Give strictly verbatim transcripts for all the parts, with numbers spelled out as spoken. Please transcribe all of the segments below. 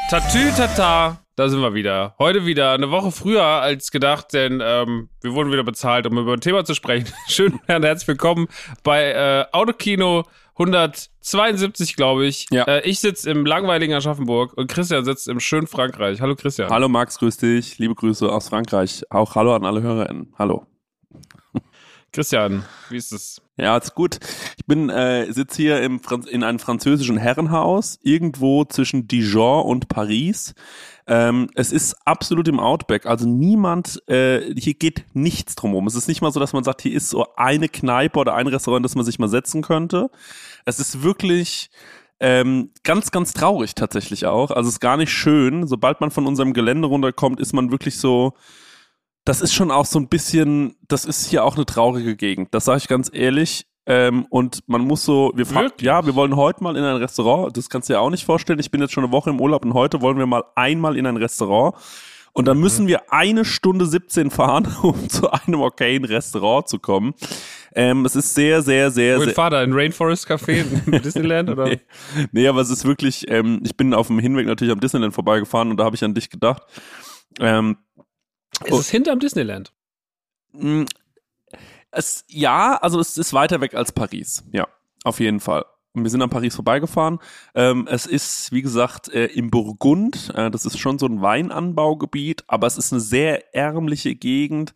Tatütata, da sind wir wieder. Heute wieder eine Woche früher als gedacht, denn ähm, wir wurden wieder bezahlt, um über ein Thema zu sprechen. Schön und herzlich willkommen bei äh, Autokino hundertzweiundsiebzig, glaube ich. Ja. Äh, ich sitze im langweiligen Aschaffenburg und Christian sitzt im schönen Frankreich. Hallo Christian. Hallo Max, grüß dich. Liebe Grüße aus Frankreich. Auch hallo an alle HörerInnen. Hallo. Christian, wie ist es? Ja, ist gut. Ich bin äh, sitze hier im Franz- in einem französischen Herrenhaus, irgendwo zwischen Dijon und Paris. Ähm, es ist absolut im Outback, also niemand, äh, hier geht nichts drumherum. Es ist nicht mal so, dass man sagt, hier ist so eine Kneipe oder ein Restaurant, das man sich mal setzen könnte. Es ist wirklich ähm, ganz, ganz traurig tatsächlich auch. Also es ist gar nicht schön. Sobald man von unserem Gelände runterkommt, ist man wirklich so... Das ist schon auch so ein bisschen, das ist hier auch eine traurige Gegend, das sage ich ganz ehrlich. Ähm, und man muss so, wir fragen, ja, wir wollen heute mal in ein Restaurant, das kannst du dir auch nicht vorstellen, ich bin jetzt schon eine Woche im Urlaub und heute wollen wir mal einmal in ein Restaurant und dann müssen wir eine Stunde siebzehn fahren, um zu einem okayen Restaurant zu kommen. Ähm, es ist sehr, sehr, sehr, Wohin sehr... fahr da? In Rainforest Café in Disneyland, oder? Nee, nee, aber es ist wirklich, ähm, ich bin auf dem Hinweg natürlich am Disneyland vorbeigefahren und da habe ich an dich gedacht. Ähm, Ist es hinterm Disneyland? Es, ja, also es ist weiter weg als Paris. Ja, auf jeden Fall. Und wir sind an Paris vorbeigefahren. Ähm, es ist, wie gesagt, äh, im Burgund. Äh, das ist schon so ein Weinanbaugebiet, aber es ist eine sehr ärmliche Gegend.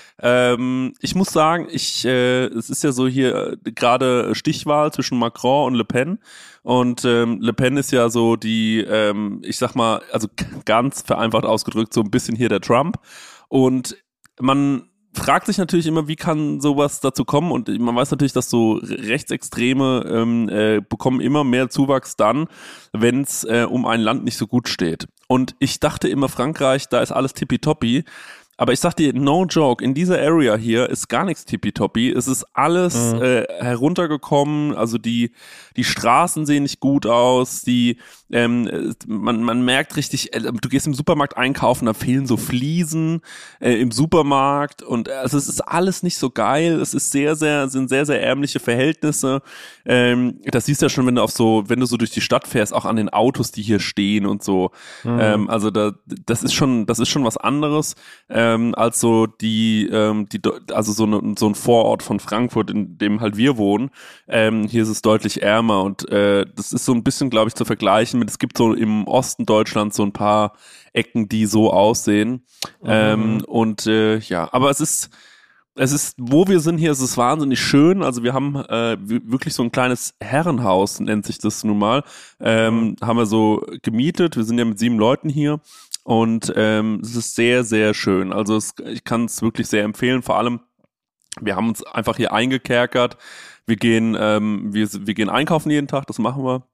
Ähm, ich muss sagen, ich, äh, es ist ja so hier äh, gerade Stichwahl zwischen Macron und Le Pen. Und ähm, Le Pen ist ja so die, ähm, ich sag mal, also ganz vereinfacht ausgedrückt, so ein bisschen hier der Trump. Und man fragt sich natürlich immer, wie kann sowas dazu kommen? Und man weiß natürlich, dass so Rechtsextreme ähm, äh, bekommen immer mehr Zuwachs dann, wenn es äh, um ein Land nicht so gut steht. Und ich dachte immer, Frankreich, da ist alles tippitoppi. Aber ich sag dir, no joke, in dieser Area hier ist gar nichts tippitoppi. Es ist alles mhm. äh, heruntergekommen, also die die Straßen sehen nicht gut aus, die ähm, man man merkt richtig, äh, du gehst im Supermarkt einkaufen, da fehlen so Fliesen äh, im Supermarkt und also es ist alles nicht so geil. Es ist sehr sehr sind sehr sehr ärmliche Verhältnisse. Ähm, das siehst du ja schon, wenn du auf so wenn du so durch die Stadt fährst, auch an den Autos, die hier stehen und so. Mhm. Ähm, also da das ist schon das ist schon was anderes. Ähm, als so die, ähm, die, also so, ne, so ein Vorort von Frankfurt, in dem halt wir wohnen. Ähm, hier ist es deutlich ärmer und äh, das ist so ein bisschen, glaube ich, zu vergleichen mit, es gibt so im Osten Deutschlands so ein paar Ecken, die so aussehen. Mhm. Ähm, und äh, ja, aber es ist, es ist, wo wir sind hier, es ist wahnsinnig schön. Also wir haben äh, wirklich so ein kleines Herrenhaus, nennt sich das nun mal, ähm, mhm. haben wir so gemietet. Wir sind ja mit sieben Leuten hier. Und ähm, es ist sehr, sehr schön. Also es, ich kann es wirklich sehr empfehlen. Vor allem, wir haben uns einfach hier eingekerkert. Wir gehen, ähm, wir, wir gehen einkaufen jeden Tag, das machen wir.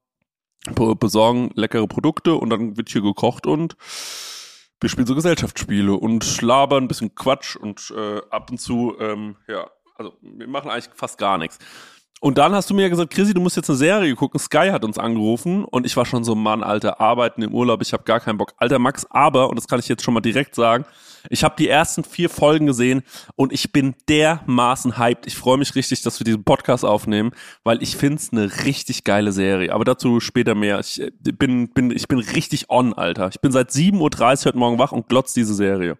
Besorgen leckere Produkte und dann wird hier gekocht und wir spielen so Gesellschaftsspiele und labern ein bisschen Quatsch und äh, ab und zu, ähm, ja, also wir machen eigentlich fast gar nichts. Und dann hast du mir ja gesagt, Chrissy, du musst jetzt eine Serie gucken. Sky hat uns angerufen und ich war schon so, Mann, Alter, arbeiten im Urlaub, ich habe gar keinen Bock. Alter Max, aber, und das kann ich jetzt schon mal direkt sagen, ich habe die ersten vier Folgen gesehen und ich bin dermaßen hyped. Ich freue mich richtig, dass wir diesen Podcast aufnehmen, weil ich find's eine richtig geile Serie. Aber dazu später mehr. Ich bin, bin, ich bin richtig on, Alter. Ich bin seit sieben Uhr dreißig heute Morgen wach und glotz diese Serie.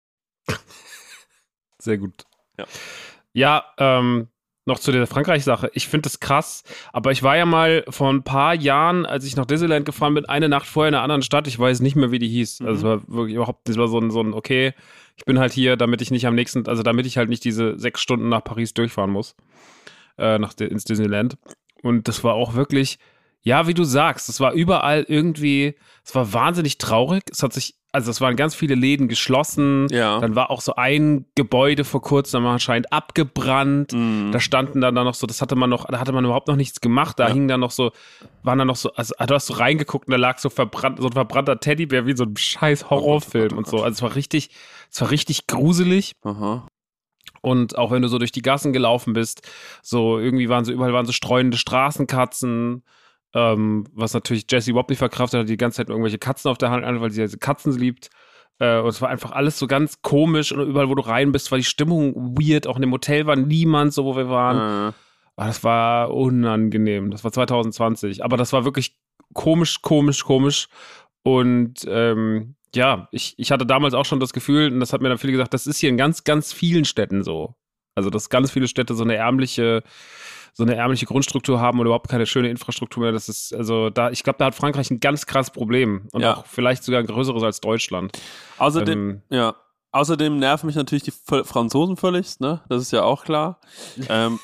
Sehr gut. Ja, ja ähm... Noch zu der Frankreich-Sache. Ich finde das krass, aber ich war ja mal vor ein paar Jahren, als ich nach Disneyland gefahren bin, eine Nacht vorher in einer anderen Stadt. Ich weiß nicht mehr, wie die hieß. Mhm. Also es war wirklich überhaupt, das war so ein, so ein, okay, ich bin halt hier, damit ich nicht am nächsten, also damit ich halt nicht diese sechs Stunden nach Paris durchfahren muss, äh, nach, ins Disneyland. Und das war auch wirklich, ja, wie du sagst, es war überall irgendwie, es war wahnsinnig traurig. Es hat sich, also es waren ganz viele Läden geschlossen. Ja. Dann war auch so ein Gebäude vor kurzem anscheinend abgebrannt. Mhm. Da standen dann da noch so, das hatte man noch, da hatte man überhaupt noch nichts gemacht. Da ja. hing dann noch so, waren da noch so, also du hast so reingeguckt und da lag so verbrannt, so ein verbrannter Teddybär wie so ein scheiß Horrorfilm oh Gott, oh Gott, und so. Also es war richtig, es war richtig gruselig. Aha. Und auch wenn du so durch die Gassen gelaufen bist, so irgendwie waren so, überall waren so streunende Straßenkatzen. Ähm, was natürlich Jessie überhaupt nicht verkraftet hat, die ganze Zeit irgendwelche Katzen auf der Hand, weil sie diese Katzen liebt. Äh, und es war einfach alles so ganz komisch und überall, wo du rein bist, war die Stimmung weird. Auch in dem Hotel war niemand so, wo wir waren. Mhm. Aber das war unangenehm. Das war zwanzig zwanzig. Aber das war wirklich komisch, komisch, komisch. Und ähm, ja, ich, ich hatte damals auch schon das Gefühl, und das hat mir dann viele gesagt, das ist hier in ganz, ganz vielen Städten so. Also, dass ganz viele Städte so eine ärmliche, so eine ärmliche Grundstruktur haben und überhaupt keine schöne Infrastruktur mehr. Das ist, also da, ich glaube, da hat Frankreich ein ganz krasses Problem. Und Ja. auch vielleicht sogar ein größeres als Deutschland. Außerdem, Ähm, ja. Außerdem nerven mich natürlich die F- Franzosen völlig, ne? Das ist ja auch klar. ähm,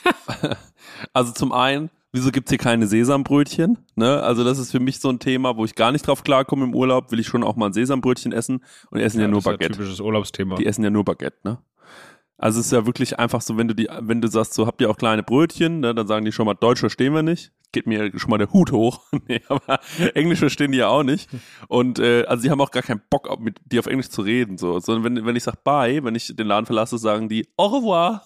also zum einen, wieso gibt's hier keine Sesambrötchen? Ne? Also das ist für mich so ein Thema, wo ich gar nicht drauf klarkomme im Urlaub. Will ich schon auch mal ein Sesambrötchen essen und die essen ja, ja nur das ist Baguette. ein typisches Urlaubsthema. Die essen ja nur Baguette, ne? Also es ist ja wirklich einfach so, wenn du die, wenn du sagst, so habt ihr auch kleine Brötchen, ne, dann sagen die schon mal, Deutsch verstehen wir nicht. Geht mir schon mal der Hut hoch. Nee, aber Englisch verstehen die ja auch nicht. Und äh, also die haben auch gar keinen Bock, mit dir auf Englisch zu reden. So. Sondern wenn, wenn ich sag bye, wenn ich den Laden verlasse, sagen die au revoir.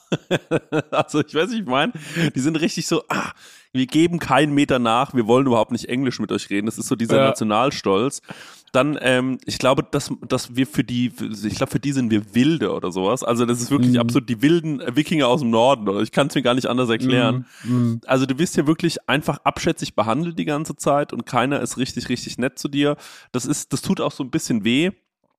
Also ich weiß nicht, ich meine, die sind richtig so, ah, wir geben keinen Meter nach, wir wollen überhaupt nicht Englisch mit euch reden. Das ist so dieser Ja. Nationalstolz. Dann, ähm, ich glaube, dass, dass wir für die, ich glaube, für die sind wir Wilde oder sowas. Also das ist wirklich Mhm. absolut die wilden Wikinger aus dem Norden. Oder ich kann es mir gar nicht anders erklären. Mhm. Also du wirst hier wirklich einfach abschätzig behandelt die ganze Zeit und keiner ist richtig, richtig nett zu dir. Das ist, das tut auch so ein bisschen weh.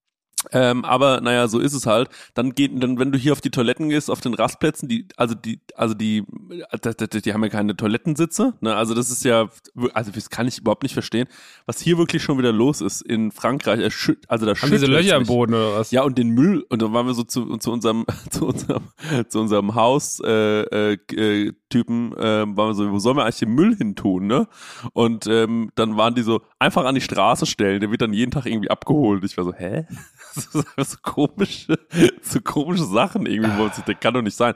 Ähm, aber naja, so ist es halt. Dann geht, dann, wenn du hier auf die Toiletten gehst, auf den Rastplätzen, die, also die, also die, die, die, die haben ja keine Toilettensitze, ne? Also das ist ja, also das kann ich überhaupt nicht verstehen, was hier wirklich schon wieder los ist in Frankreich. Also da Haben diese Löcher im mich. Boden oder was? Ja, und den Müll, und dann waren wir so zu, zu unserem, zu unserem, zu unserem Haus, äh, äh, Typen, äh, waren wir so, wo sollen wir eigentlich den Müll hin tun, ne? Und ähm, dann waren die so, einfach an die Straße stellen, der wird dann jeden Tag irgendwie abgeholt. Ich war so, hä? So, so komische, so komische Sachen irgendwie, wo man sich denkt, kann doch nicht sein.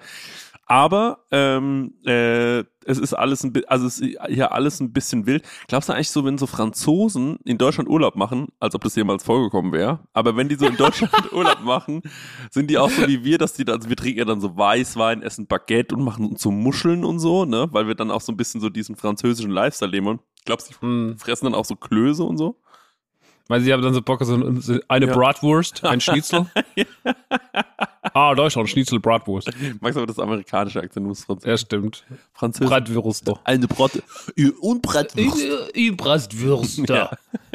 Aber ähm, äh, es ist alles ein bisschen, also es ist hier alles ein bisschen wild. Glaubst du eigentlich so, wenn so Franzosen in Deutschland Urlaub machen, als ob das jemals vorgekommen wäre, aber wenn die so in Deutschland Urlaub machen, sind die auch so wie wir, dass die dann, also wir trinken ja dann so Weißwein, essen Baguette und machen so Muscheln und so, ne, weil wir dann auch so ein bisschen so diesen französischen Lifestyle leben. Und glaubst du, die Mhm. fressen dann auch so Klöße und so? Weil sie haben dann so Bock auf so eine, eine Ja. Bratwurst, ein Schnitzel. Ah, Deutschland, Schnitzel, Bratwurst. Magst du aber das amerikanische Akzent, du musst Franz- Ja, stimmt. Französisch. Bratwurst doch. Eine Brat und Bratwurst. Bratwurst. Ja.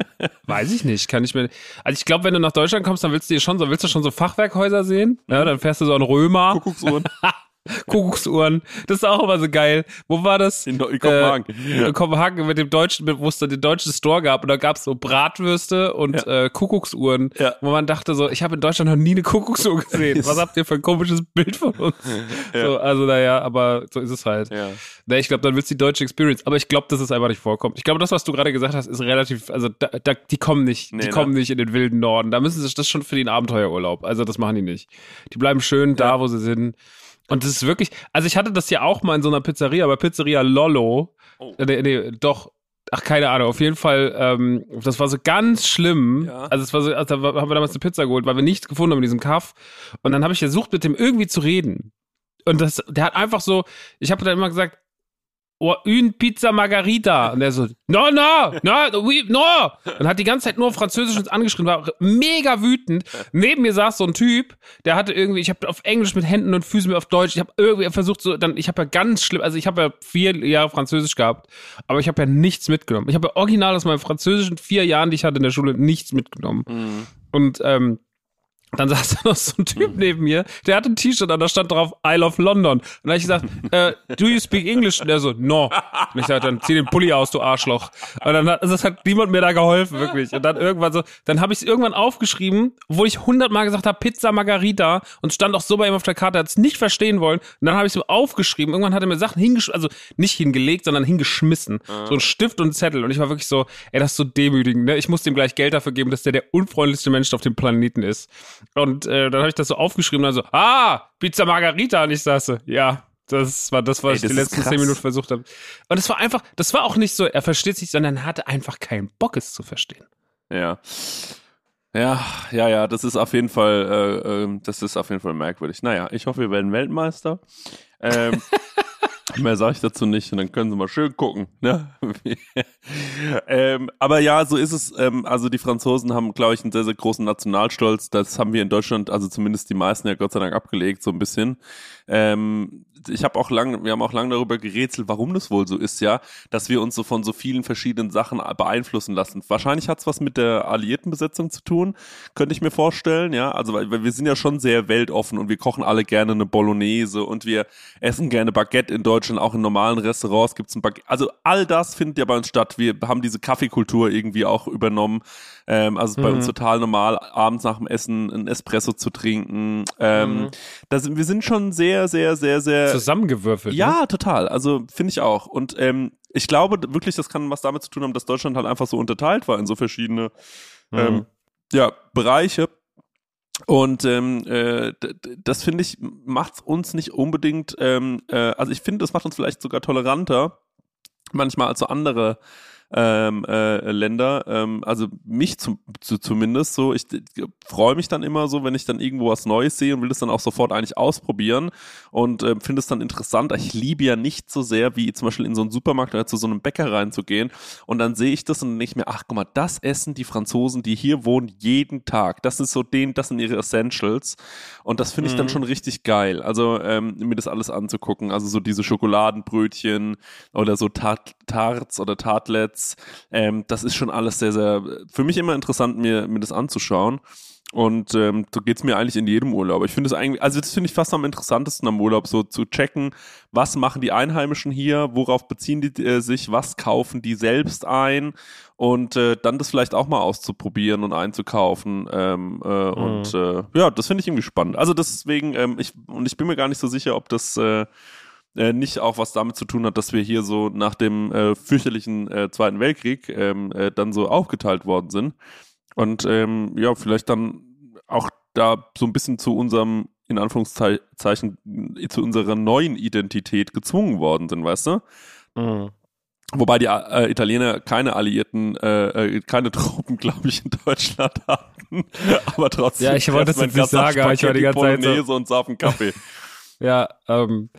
Weiß ich nicht, kann ich mir. Also ich glaube, wenn du nach Deutschland kommst, dann willst du dir schon so, willst du schon so Fachwerkhäuser sehen? Ja, dann fährst du so an Römer. Kuckucksuhren. Kuckucksuhren. Das ist auch immer so geil. Wo war das? In, in Kopenhagen. Äh, in Kopenhagen mit dem deutschen, wo es da den deutschen Store gab und da gab es so Bratwürste und Ja. äh, Kuckucksuhren, Ja. wo man dachte so, ich habe in Deutschland noch nie eine Kuckucksuhr gesehen. Was habt ihr für ein komisches Bild von uns? Ja. So, also naja, aber so ist es halt. Ja. Na, ich glaube, dann willst du die deutsche Experience. Aber ich glaube, dass es einfach nicht vorkommt. Ich glaube, das, was du gerade gesagt hast, ist relativ, also da, da, die kommen nicht, Nee, die ne? kommen nicht in den wilden Norden. Da müssen sie, das ist schon für den Abenteuerurlaub. Also das machen die nicht. Die bleiben schön da, Ja. wo sie sind. Und das ist wirklich, also ich hatte das ja auch mal in so einer Pizzeria, bei Pizzeria Lollo. Oh. Äh, Nee, nee, doch. Ach, keine Ahnung. Auf jeden Fall, ähm, das war so ganz schlimm. Ja. Also es war so, also da haben wir damals eine Pizza geholt, weil wir nichts gefunden haben in diesem Kaff. Und dann habe ich versucht, mit dem irgendwie zu reden. Und das, der hat einfach so, ich habe dann immer gesagt, oh, une Pizza Margarita. Und der so, no, no, no, oui, no. Und hat die ganze Zeit nur Französisch uns angeschrien, war mega wütend. Neben mir saß so ein Typ, der hatte irgendwie, ich habe auf Englisch mit Händen und Füßen, auf Deutsch, ich habe irgendwie versucht so, dann, ich habe ja ganz schlimm, also ich habe ja vier Jahre Französisch gehabt, aber ich habe ja nichts mitgenommen. Ich habe ja original aus meinen französischen vier Jahren, die ich hatte in der Schule, nichts mitgenommen. Mhm. Und, ähm, dann saß da noch so ein Typ neben mir, der hatte ein T-Shirt an, da stand drauf I love London. Und dann habe ich gesagt, äh, do you speak English? Und der so, no. Und ich sagte, dann zieh den Pulli aus, du Arschloch. Und dann hat, also das hat niemand mir da geholfen, wirklich. Und dann irgendwann so, dann habe ich es irgendwann aufgeschrieben, obwohl ich hundertmal gesagt habe, Pizza Margarita, und stand auch so bei ihm auf der Karte, hat es nicht verstehen wollen. Und dann habe ich es so aufgeschrieben. Irgendwann hat er mir Sachen hingeschmissen, also nicht hingelegt, sondern hingeschmissen. So ein Stift und ein Zettel. Und ich war wirklich so, ey, das ist so demütigend, ne? Ich muss dem gleich Geld dafür geben, dass der der unfreundlichste Mensch auf dem Planeten ist. Und äh, dann habe ich das so aufgeschrieben und dann so, ah, Pizza Margarita. Und ich saß so, ja, das war das, was Ey, ich das die ist letzten krass. zehn Minuten versucht habe. Und es war einfach, das war auch nicht so, er versteht sich, sondern er hatte einfach keinen Bock, es zu verstehen. Ja. Ja, ja, ja, das ist auf jeden Fall, äh, ähm, das ist auf jeden Fall merkwürdig. Naja, ich hoffe, wir werden Weltmeister. Ähm, mehr sage ich dazu nicht und dann können sie mal schön gucken. Ne? ähm, aber ja, so ist es. Ähm, also die Franzosen haben, glaube ich, einen sehr, sehr großen Nationalstolz. Das haben wir in Deutschland, also zumindest die meisten ja Gott sei Dank abgelegt, so ein bisschen. Ähm, ich habe auch lange, wir haben auch lange darüber gerätselt, warum das wohl so ist, ja, dass wir uns so von so vielen verschiedenen Sachen beeinflussen lassen. Wahrscheinlich hat's was mit der Alliiertenbesetzung zu tun, könnte ich mir vorstellen, ja, also weil, weil wir sind ja schon sehr weltoffen und wir kochen alle gerne eine Bolognese und wir essen gerne Baguette in Deutschland, auch in normalen Restaurants gibt's ein Baguette, also all das findet ja bei uns statt. Wir haben diese Kaffeekultur irgendwie auch übernommen, ähm, also es ist mhm. bei uns total normal, abends nach dem Essen ein Espresso zu trinken, ähm, mhm. da sind, wir sind schon sehr, sehr, sehr, sehr zusammengewürfelt. Ja, ne? total. Also finde ich auch. Und ähm, ich glaube wirklich, das kann was damit zu tun haben, dass Deutschland halt einfach so unterteilt war in so verschiedene mhm. ähm, ja, Bereiche. Und ähm, äh, d- d- das finde ich, macht uns nicht unbedingt, ähm, äh, also ich finde, das macht uns vielleicht sogar toleranter, manchmal als so andere ähm, äh, Länder, ähm, also mich zum, zu, zumindest so, ich freue mich dann immer so, wenn ich dann irgendwo was Neues sehe und will das dann auch sofort eigentlich ausprobieren und äh, finde es dann interessant. Ich liebe ja nicht so sehr, wie zum Beispiel in so einen Supermarkt oder zu so einem Bäcker reinzugehen und dann sehe ich das und dann denke ich mir, ach guck mal, das essen die Franzosen, die hier wohnen, jeden Tag. Das ist so den, das sind ihre Essentials und das finde ich mhm. dann schon richtig geil. Also ähm, mir das alles anzugucken, also so diese Schokoladenbrötchen oder so Tart- Tarts oder Tartlets. Ähm, das ist schon alles sehr, sehr, für mich immer interessant, mir, mir das anzuschauen. Und ähm, so geht's mir eigentlich in jedem Urlaub. Ich finde es eigentlich, also das finde ich fast am interessantesten am Urlaub, so zu checken, was machen die Einheimischen hier, worauf beziehen die äh, sich, was kaufen die selbst ein und äh, dann das vielleicht auch mal auszuprobieren und einzukaufen. Ähm, äh, mhm. Und äh, ja, das finde ich irgendwie spannend. Also deswegen, ähm, ich und ich bin mir gar nicht so sicher, ob das äh, Äh, nicht auch was damit zu tun hat, dass wir hier so nach dem äh, fürchterlichen äh, Zweiten Weltkrieg ähm, äh, dann so aufgeteilt worden sind und ähm, ja, vielleicht dann auch da so ein bisschen zu unserem, in Anführungszeichen, zu unserer neuen Identität gezwungen worden sind, weißt du? Mhm. Wobei die äh, Italiener keine Alliierten, äh, keine Truppen, glaube ich, in Deutschland hatten, aber trotzdem. Ja, ich wollte das jetzt nicht sagen, aber ich war die ganze Zeit so. Und safen Kaffee. Ja, ähm,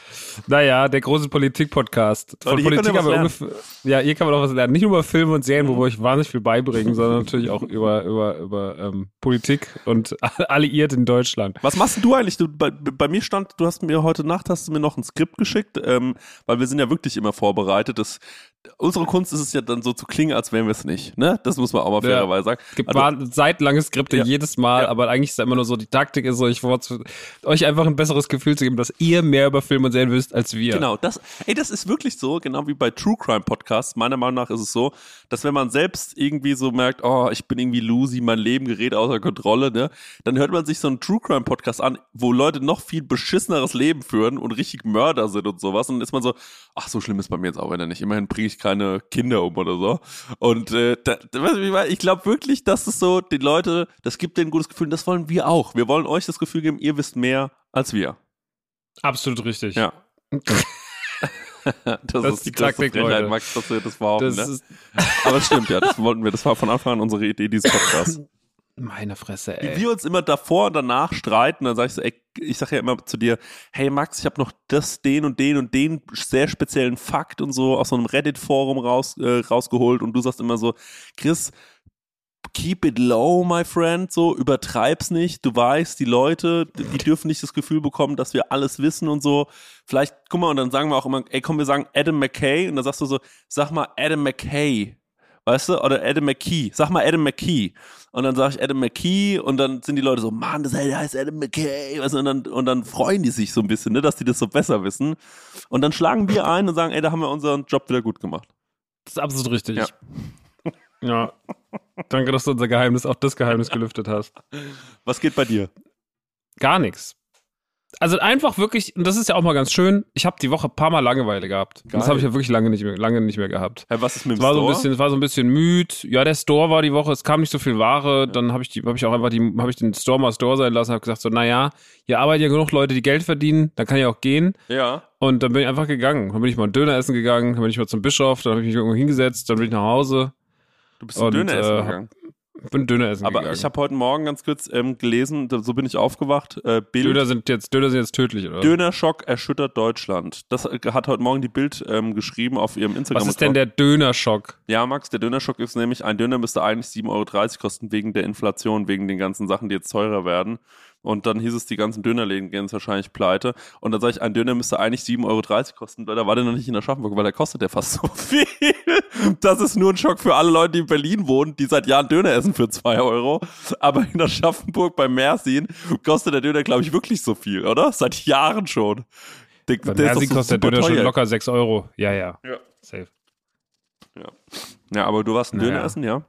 naja, der große Politik-Podcast. Von Politik haben wir ungefähr, ja, hier kann man auch was lernen. Nicht nur über Filme und Serien, wo wir euch wahnsinnig viel beibringen, sondern natürlich auch über, über, über ähm, Politik und alliiert in Deutschland. Was machst du eigentlich? Du, bei, bei mir stand, du hast mir heute Nacht hast du mir noch ein Skript geschickt, ähm, weil wir sind ja wirklich immer vorbereitet. Das, unsere Kunst ist es ja dann so zu klingen, als wären wir es nicht. Ne? Das muss man auch mal ja, fairerweise sagen. Es gibt also, seitenlange Skripte ja, jedes Mal, ja. aber eigentlich ist da immer nur so, die Taktik ist so, ich wollte euch einfach ein besseres Gefühl zu geben, dass ihr mehr über Film und Serien wisst als wir. Genau, das, ey, das ist wirklich so, genau wie bei True Crime Podcasts. Meiner Meinung nach ist es so, dass wenn man selbst irgendwie so merkt, oh, ich bin irgendwie loosey, mein Leben gerät außer Kontrolle, ne, dann hört man sich so einen True Crime Podcast an, wo Leute noch viel beschisseneres Leben führen und richtig Mörder sind und sowas. Und dann ist man so, ach, so schlimm ist bei mir jetzt auch wieder nicht. Immerhin bringe ich keine Kinder um oder so. Und äh, da, ich glaube wirklich, dass es so, die Leute, das gibt denen ein gutes Gefühl, und das wollen wir auch. Wir wollen euch das Gefühl geben, ihr wisst mehr als wir. Absolut richtig. Ja. das, das ist die Taktik, Leute. Max, dass wir das behaupten, das ne? ist Aber das stimmt, ja, das wollten wir. Das war von Anfang an unsere Idee dieses Podcasts. Meine Fresse, ey. Wie wir uns immer davor und danach streiten, dann sag ich so, ey, ich sag ja immer zu dir, hey Max, ich habe noch das, den und den und den sehr speziellen Fakt und so aus so einem Reddit-Forum raus, äh, rausgeholt und du sagst immer so, Chris, keep it low, my friend, so, übertreib's nicht, du weißt, die Leute, die dürfen nicht das Gefühl bekommen, dass wir alles wissen und so, vielleicht, guck mal, und dann sagen wir auch immer, ey, komm, wir sagen Adam McKay, und dann sagst du so, sag mal Adam McKay, weißt du, oder Adam McKee, sag mal Adam McKee, und dann sag ich Adam McKee, und dann sind die Leute so, Mann, das heißt Adam McKay, weißt du, und dann, und dann freuen die sich so ein bisschen, ne, dass die das so besser wissen, und dann schlagen wir ein und sagen, ey, da haben wir unseren Job wieder gut gemacht. Das ist absolut richtig. Ja. Ja. Danke, dass du unser Geheimnis, auch das Geheimnis gelüftet hast. Was geht bei dir? Gar nichts. Also einfach wirklich, und das ist ja auch mal ganz schön, ich habe die Woche ein paar Mal Langeweile gehabt. Und das habe ich ja wirklich lange nicht mehr, lange nicht mehr gehabt. Hey, was ist mit dem es war Store? So ein bisschen, es war so ein bisschen müde. Ja, der Store war die Woche, es kam nicht so viel Ware. Ja. Dann habe ich die, habe ich auch einfach die, habe ich den Store mal Store sein lassen, habe gesagt so, naja, hier arbeiten ja genug Leute, die Geld verdienen, dann kann ich auch gehen. Ja. Und dann bin ich einfach gegangen. Dann bin ich mal einen Döner essen gegangen, dann bin ich mal zum Bischof, dann habe ich mich irgendwo hingesetzt, dann bin ich nach Hause. Du bist ein Döner essen äh, gegangen? Ich bin Döner essen Aber gegangen. ich habe heute Morgen ganz kurz ähm, gelesen, so bin ich aufgewacht, äh, Bild. Döner sind jetzt, Döner sind jetzt tödlich, oder? Dönerschock erschüttert Deutschland. Das hat heute Morgen die Bild ähm, geschrieben auf ihrem Instagram. Was ist denn der Dönerschock? Ja, Max, der Dönerschock ist nämlich, ein Döner müsste eigentlich sieben Euro dreißig kosten wegen der Inflation, wegen den ganzen Sachen, die jetzt teurer werden. Und dann hieß es, die ganzen Dönerläden gehen jetzt wahrscheinlich pleite. Und dann sage ich, ein Döner müsste eigentlich sieben Euro dreißig kosten. Da war der noch nicht in Aschaffenburg, weil der kostet ja fast so viel. Das ist nur ein Schock für alle Leute, die in Berlin wohnen, die seit Jahren Döner essen für zwei Euro. Aber in Aschaffenburg bei Mersin kostet der Döner, glaube ich, wirklich so viel, oder? Seit Jahren schon. Der, bei der Mersin so kostet der Döner teuer. Schon locker sechs Euro. Ja, ja. Ja. Safe. Ja. Ja, aber du warst ein naja. Döner essen, ja?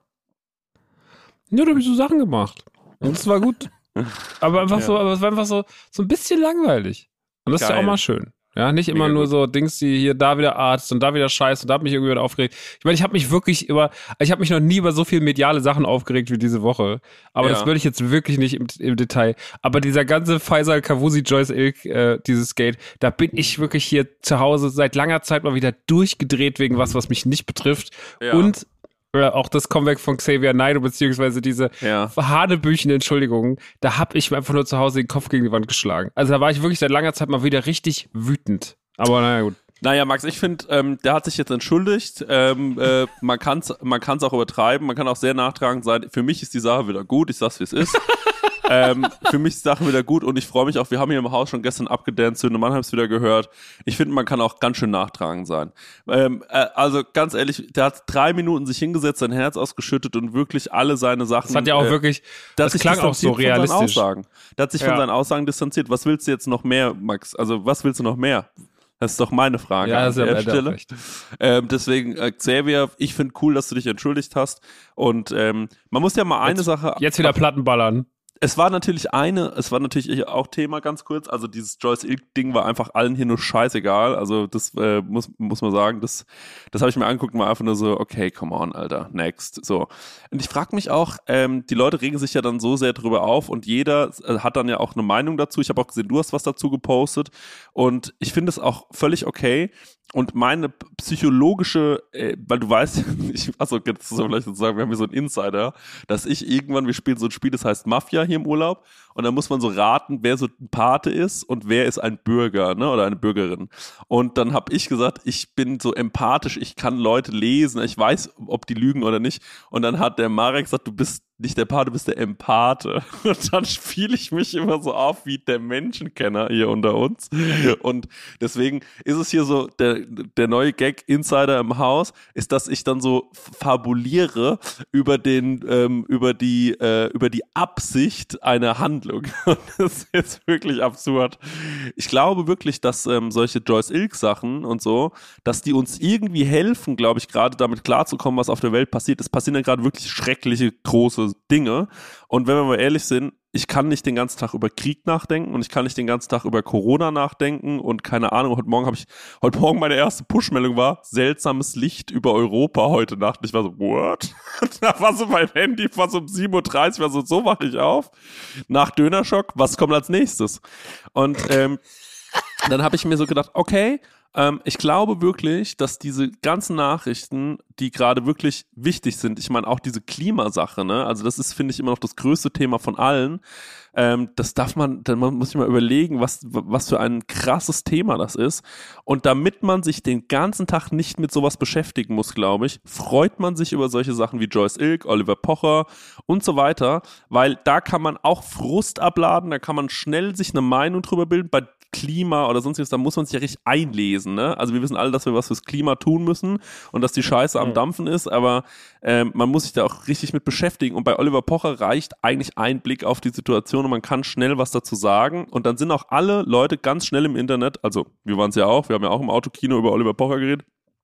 Ja, da habe ich so Sachen gemacht. Und es war gut. Aber einfach ja. so, aber es war einfach so, so ein bisschen langweilig. Und das Geil. Ist ja auch mal schön. Ja, nicht immer Mega nur gut. So Dings, die hier da wieder Arzt und da wieder Scheiß und da hat mich irgendwie wieder aufgeregt. Ich meine, ich habe mich wirklich über, ich habe mich noch nie über so viel mediale Sachen aufgeregt wie diese Woche. Aber ja. das würde ich jetzt wirklich nicht im, im Detail. Aber dieser ganze Faisal Kavusi, Joyce Ilk, äh, dieses Skate, da bin ich wirklich hier zu Hause seit langer Zeit mal wieder durchgedreht wegen was, was mich nicht betrifft. Ja. Und oder auch das Comeback von Xavier Naidoo, beziehungsweise diese ja. hanebüchenden Entschuldigungen, da hab ich mir einfach nur zu Hause den Kopf gegen die Wand geschlagen. Also da war ich wirklich seit langer Zeit mal wieder richtig wütend. Aber naja, gut. Naja, Max, ich finde, ähm, der hat sich jetzt entschuldigt. Ähm, äh, man kann es man kann's auch übertreiben, man kann auch sehr nachtragend sein. Für mich ist die Sache wieder gut, ich sag's, wie es ist. ähm, für mich ist die Sache wieder gut und ich freue mich auch, wir haben hier im Haus schon gestern abgedanced, Söhne Mannheim es wieder gehört. Ich finde, man kann auch ganz schön nachtragend sein. Ähm, äh, also ganz ehrlich, der hat drei Minuten sich hingesetzt, sein Herz ausgeschüttet und wirklich alle seine Sachen... Das hat ja auch äh, wirklich, das klang auch so realistisch. Aussagen. Der hat sich ja. von seinen Aussagen distanziert. Was willst du jetzt noch mehr, Max? Also was willst du noch mehr? Das ist doch meine Frage ja, an der ja Stelle. Ähm, deswegen, äh, Xavier, ich finde cool, dass du dich entschuldigt hast. Und ähm, man muss ja mal eine jetzt, Sache... Jetzt wieder Platten ballern. Es war natürlich eine, es war natürlich auch Thema ganz kurz, also dieses Joyce Ilk-Ding war einfach allen hier nur scheißegal, also das äh, muss muss man sagen, das das habe ich mir angeguckt und war einfach nur so, okay, come on, Alter, next, so. Und ich frage mich auch, ähm, die Leute regen sich ja dann so sehr drüber auf und jeder äh, hat dann ja auch eine Meinung dazu, ich habe auch gesehen, du hast was dazu gepostet und ich finde es auch völlig okay. Und meine psychologische, äh, weil du weißt, ich, achso, jetzt so vielleicht sozusagen, wir haben hier so einen Insider, dass ich irgendwann, wir spielen so ein Spiel, das heißt Mafia hier im Urlaub und dann muss man so raten, wer so ein Pate ist und wer ist ein Bürger, ne, oder eine Bürgerin. Und dann habe ich gesagt, ich bin so empathisch, ich kann Leute lesen, ich weiß, ob die lügen oder nicht. Und dann hat der Marek gesagt, du bist nicht der Pate, du bist der Empathe. Und dann spiele ich mich immer so auf wie der Menschenkenner hier unter uns. Und deswegen ist es hier so, der, der neue Gag-Insider im Haus, ist, dass ich dann so fabuliere über den, ähm, über die, äh, über die Absicht einer Handlung. Und das ist jetzt wirklich absurd. Ich glaube wirklich, dass ähm, solche Joyce Ilk-Sachen und so, dass die uns irgendwie helfen, glaube ich, gerade damit klarzukommen, was auf der Welt passiert. Es passieren ja gerade wirklich schreckliche, große Dinge. Und wenn wir mal ehrlich sind, ich kann nicht den ganzen Tag über Krieg nachdenken und ich kann nicht den ganzen Tag über Corona nachdenken und keine Ahnung, heute Morgen habe ich, heute Morgen meine erste Push-Meldung war, seltsames Licht über Europa heute Nacht. Und ich war so, what? Da war so mein Handy, war so um sieben Uhr dreißig, war so, so wache ich auf. Nach Dönerschock, was kommt als nächstes? Und ähm, dann habe ich mir so gedacht, okay, Ähm, ich glaube wirklich, dass diese ganzen Nachrichten, die gerade wirklich wichtig sind, ich meine auch diese Klimasache, ne, also das ist, finde ich, immer noch das größte Thema von allen, ähm, das darf man, dann muss ich mal überlegen, was, was für ein krasses Thema das ist und damit man sich den ganzen Tag nicht mit sowas beschäftigen muss, glaube ich, freut man sich über solche Sachen wie Joyce Ilk, Oliver Pocher und so weiter, weil da kann man auch Frust abladen, da kann man schnell sich eine Meinung drüber bilden, bei Klima oder sonstiges, da muss man sich ja richtig einlesen, ne? Also wir wissen alle, dass wir was fürs Klima tun müssen und dass die Scheiße am Dampfen ist, aber ähm, man muss sich da auch richtig mit beschäftigen und bei Oliver Pocher reicht eigentlich ein Blick auf die Situation und man kann schnell was dazu sagen und dann sind auch alle Leute ganz schnell im Internet, also wir waren es ja auch, wir haben ja auch im Autokino über Oliver Pocher geredet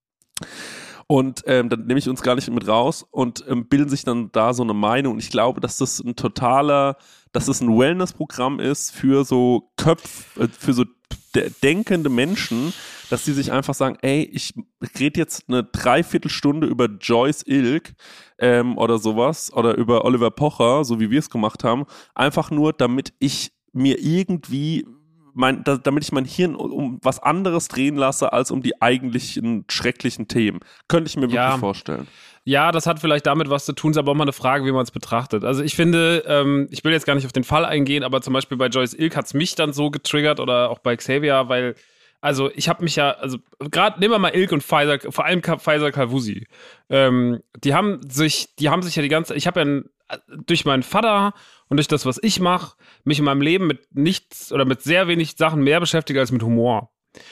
und ähm, dann nehme ich uns gar nicht mit raus und ähm, bilden sich dann da so eine Meinung und ich glaube, dass das ein totaler dass es ein Wellness-Programm ist für so Köpf, für so de- denkende Menschen, dass die sich einfach sagen, ey, ich rede jetzt eine Dreiviertelstunde über Joyce Ilk ähm, oder sowas oder über Oliver Pocher, so wie wir es gemacht haben, einfach nur, damit ich mir irgendwie mein, da, damit ich mein Hirn um, um was anderes drehen lasse, als um die eigentlichen schrecklichen Themen. Könnte ich mir wirklich ja. vorstellen. Ja, das hat vielleicht damit was zu tun, ist aber auch mal eine Frage, wie man es betrachtet. Also ich finde, ähm, ich will jetzt gar nicht auf den Fall eingehen, aber zum Beispiel bei Joyce Ilk hat es mich dann so getriggert oder auch bei Xavier, weil, also ich habe mich ja, also gerade nehmen wir mal Ilk und Faisal, vor allem Faisal Kavusi, ähm, die haben sich, die haben sich ja die ganze, ich habe ja ein durch meinen Vater und durch das, was ich mache, mich in meinem Leben mit nichts oder mit sehr wenig Sachen mehr beschäftige als mit Humor.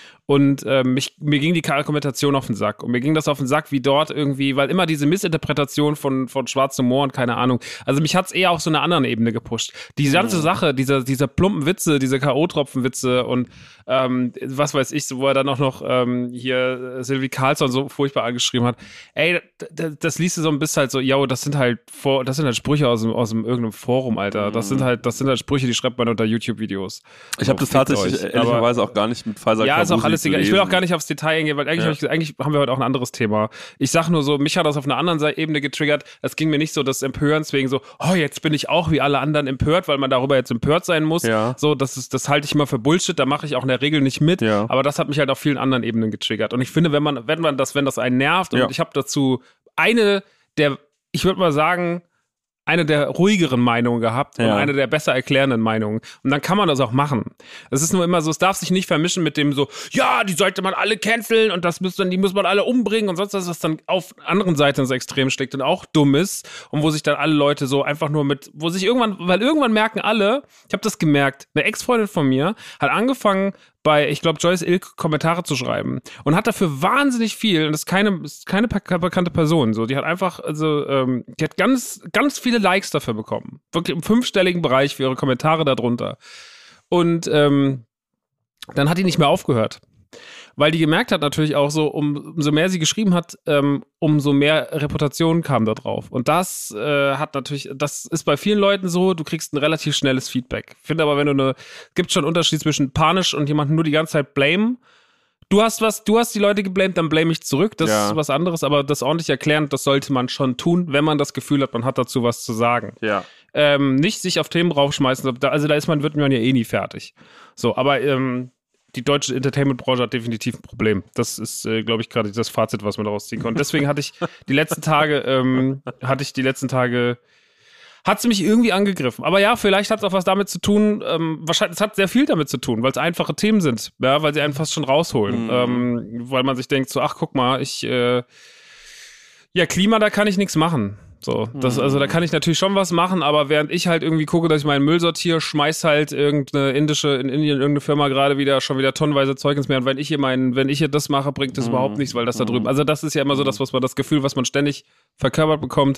Und äh, mich, mir ging die Argumentation auf den Sack. Und mir ging das auf den Sack, wie dort irgendwie, weil immer diese Missinterpretation von, von schwarzem Humor und keine Ahnung. Also mich hat's eher auf so einer anderen Ebene gepusht. Die ganze Sache, dieser, dieser plumpen Witze, diese K O-Tropfen-Witze und ähm, was weiß ich, wo er dann auch noch ähm, hier Sylvie Carlsson so furchtbar angeschrieben hat. Ey, das, das liest du so ein bisschen halt so, yo, das sind halt vor, das sind halt Sprüche aus dem, aus dem irgendeinem Forum, Alter. Das sind halt, das sind halt Sprüche, die schreibt man unter YouTube-Videos. Ich habe das tatsächlich euch. ehrlicherweise Aber, auch gar nicht mit Pfizer Ja, ist auch alles egal. Ich will auch gar nicht aufs Detail eingehen, weil eigentlich, ja. hab ich, eigentlich haben wir heute auch ein anderes Thema. Ich sag nur so, mich hat das auf einer anderen Ebene getriggert. Es ging mir nicht so das Empörens wegen so, oh, jetzt bin ich auch wie alle anderen empört, weil man darüber jetzt empört sein muss. Ja. So, das ist, das halte ich immer für Bullshit. Da mache ich auch in der Regel nicht mit. Ja. Aber das hat mich halt auf vielen anderen Ebenen getriggert. Und ich finde, wenn man, wenn man das, wenn das einen nervt, und ja. ich habe dazu eine der, ich würde mal sagen, eine der ruhigeren Meinungen gehabt und ja. eine der besser erklärenden Meinungen. Und dann kann man das auch machen. Es ist nur immer so, es darf sich nicht vermischen mit dem so, ja, die sollte man alle canceln und das müssen, die muss man alle umbringen und sonst was, was dann auf anderen Seiten so extrem steckt und auch dumm ist und wo sich dann alle Leute so einfach nur mit, wo sich irgendwann, weil irgendwann merken alle, ich habe das gemerkt, eine Ex-Freundin von mir hat angefangen, bei, ich glaube, Joyce Ilk Kommentare zu schreiben und hat dafür wahnsinnig viel, und das ist keine, ist keine bekannte Person, so, die hat einfach, also, ähm, die hat ganz, ganz viele Likes dafür bekommen. Wirklich im fünfstelligen Bereich für ihre Kommentare darunter. Und, ähm, dann hat die nicht mehr aufgehört. Weil die gemerkt hat natürlich auch so, um, umso mehr sie geschrieben hat, ähm, umso mehr Reputation kam da drauf. Und das äh, hat natürlich, das ist bei vielen Leuten so, du kriegst ein relativ schnelles Feedback. Ich finde aber, wenn du eine, gibt schon einen Unterschied zwischen panisch und jemanden nur die ganze Zeit blamen. Du hast was, du hast die Leute geblamed, dann blame ich zurück. Das ja. ist was anderes, aber das ordentlich erklären, das sollte man schon tun, wenn man das Gefühl hat, man hat dazu was zu sagen. Ja. Ähm, nicht sich auf Themen raufschmeißen, also da ist man, wird man ja eh nie fertig. So, aber ähm, die deutsche Entertainment-Branche hat definitiv ein Problem. Das ist, äh, glaube ich, gerade das Fazit, was man daraus ziehen konnte. Deswegen hatte ich die letzten Tage, ähm, hatte ich die letzten Tage, hat sie mich irgendwie angegriffen. Aber ja, vielleicht hat es auch was damit zu tun, ähm, wahrscheinlich, es hat sehr viel damit zu tun, weil es einfache Themen sind, ja, weil sie einen fast schon rausholen. Mhm. Ähm, weil man sich denkt, so, ach, guck mal, ich, äh, ja, Klima, da kann ich nichts machen. So, das, also da kann ich natürlich schon was machen, aber während ich halt irgendwie gucke, dass ich meinen Müll sortiere, schmeiß halt irgendeine indische, in Indien irgendeine Firma gerade wieder, schon wieder tonnenweise Zeug ins Meer und wenn ich hier meinen, wenn ich hier das mache, bringt das mm. überhaupt nichts, weil das da drüben, also das ist ja immer so das, was man, das Gefühl, was man ständig verkörpert bekommt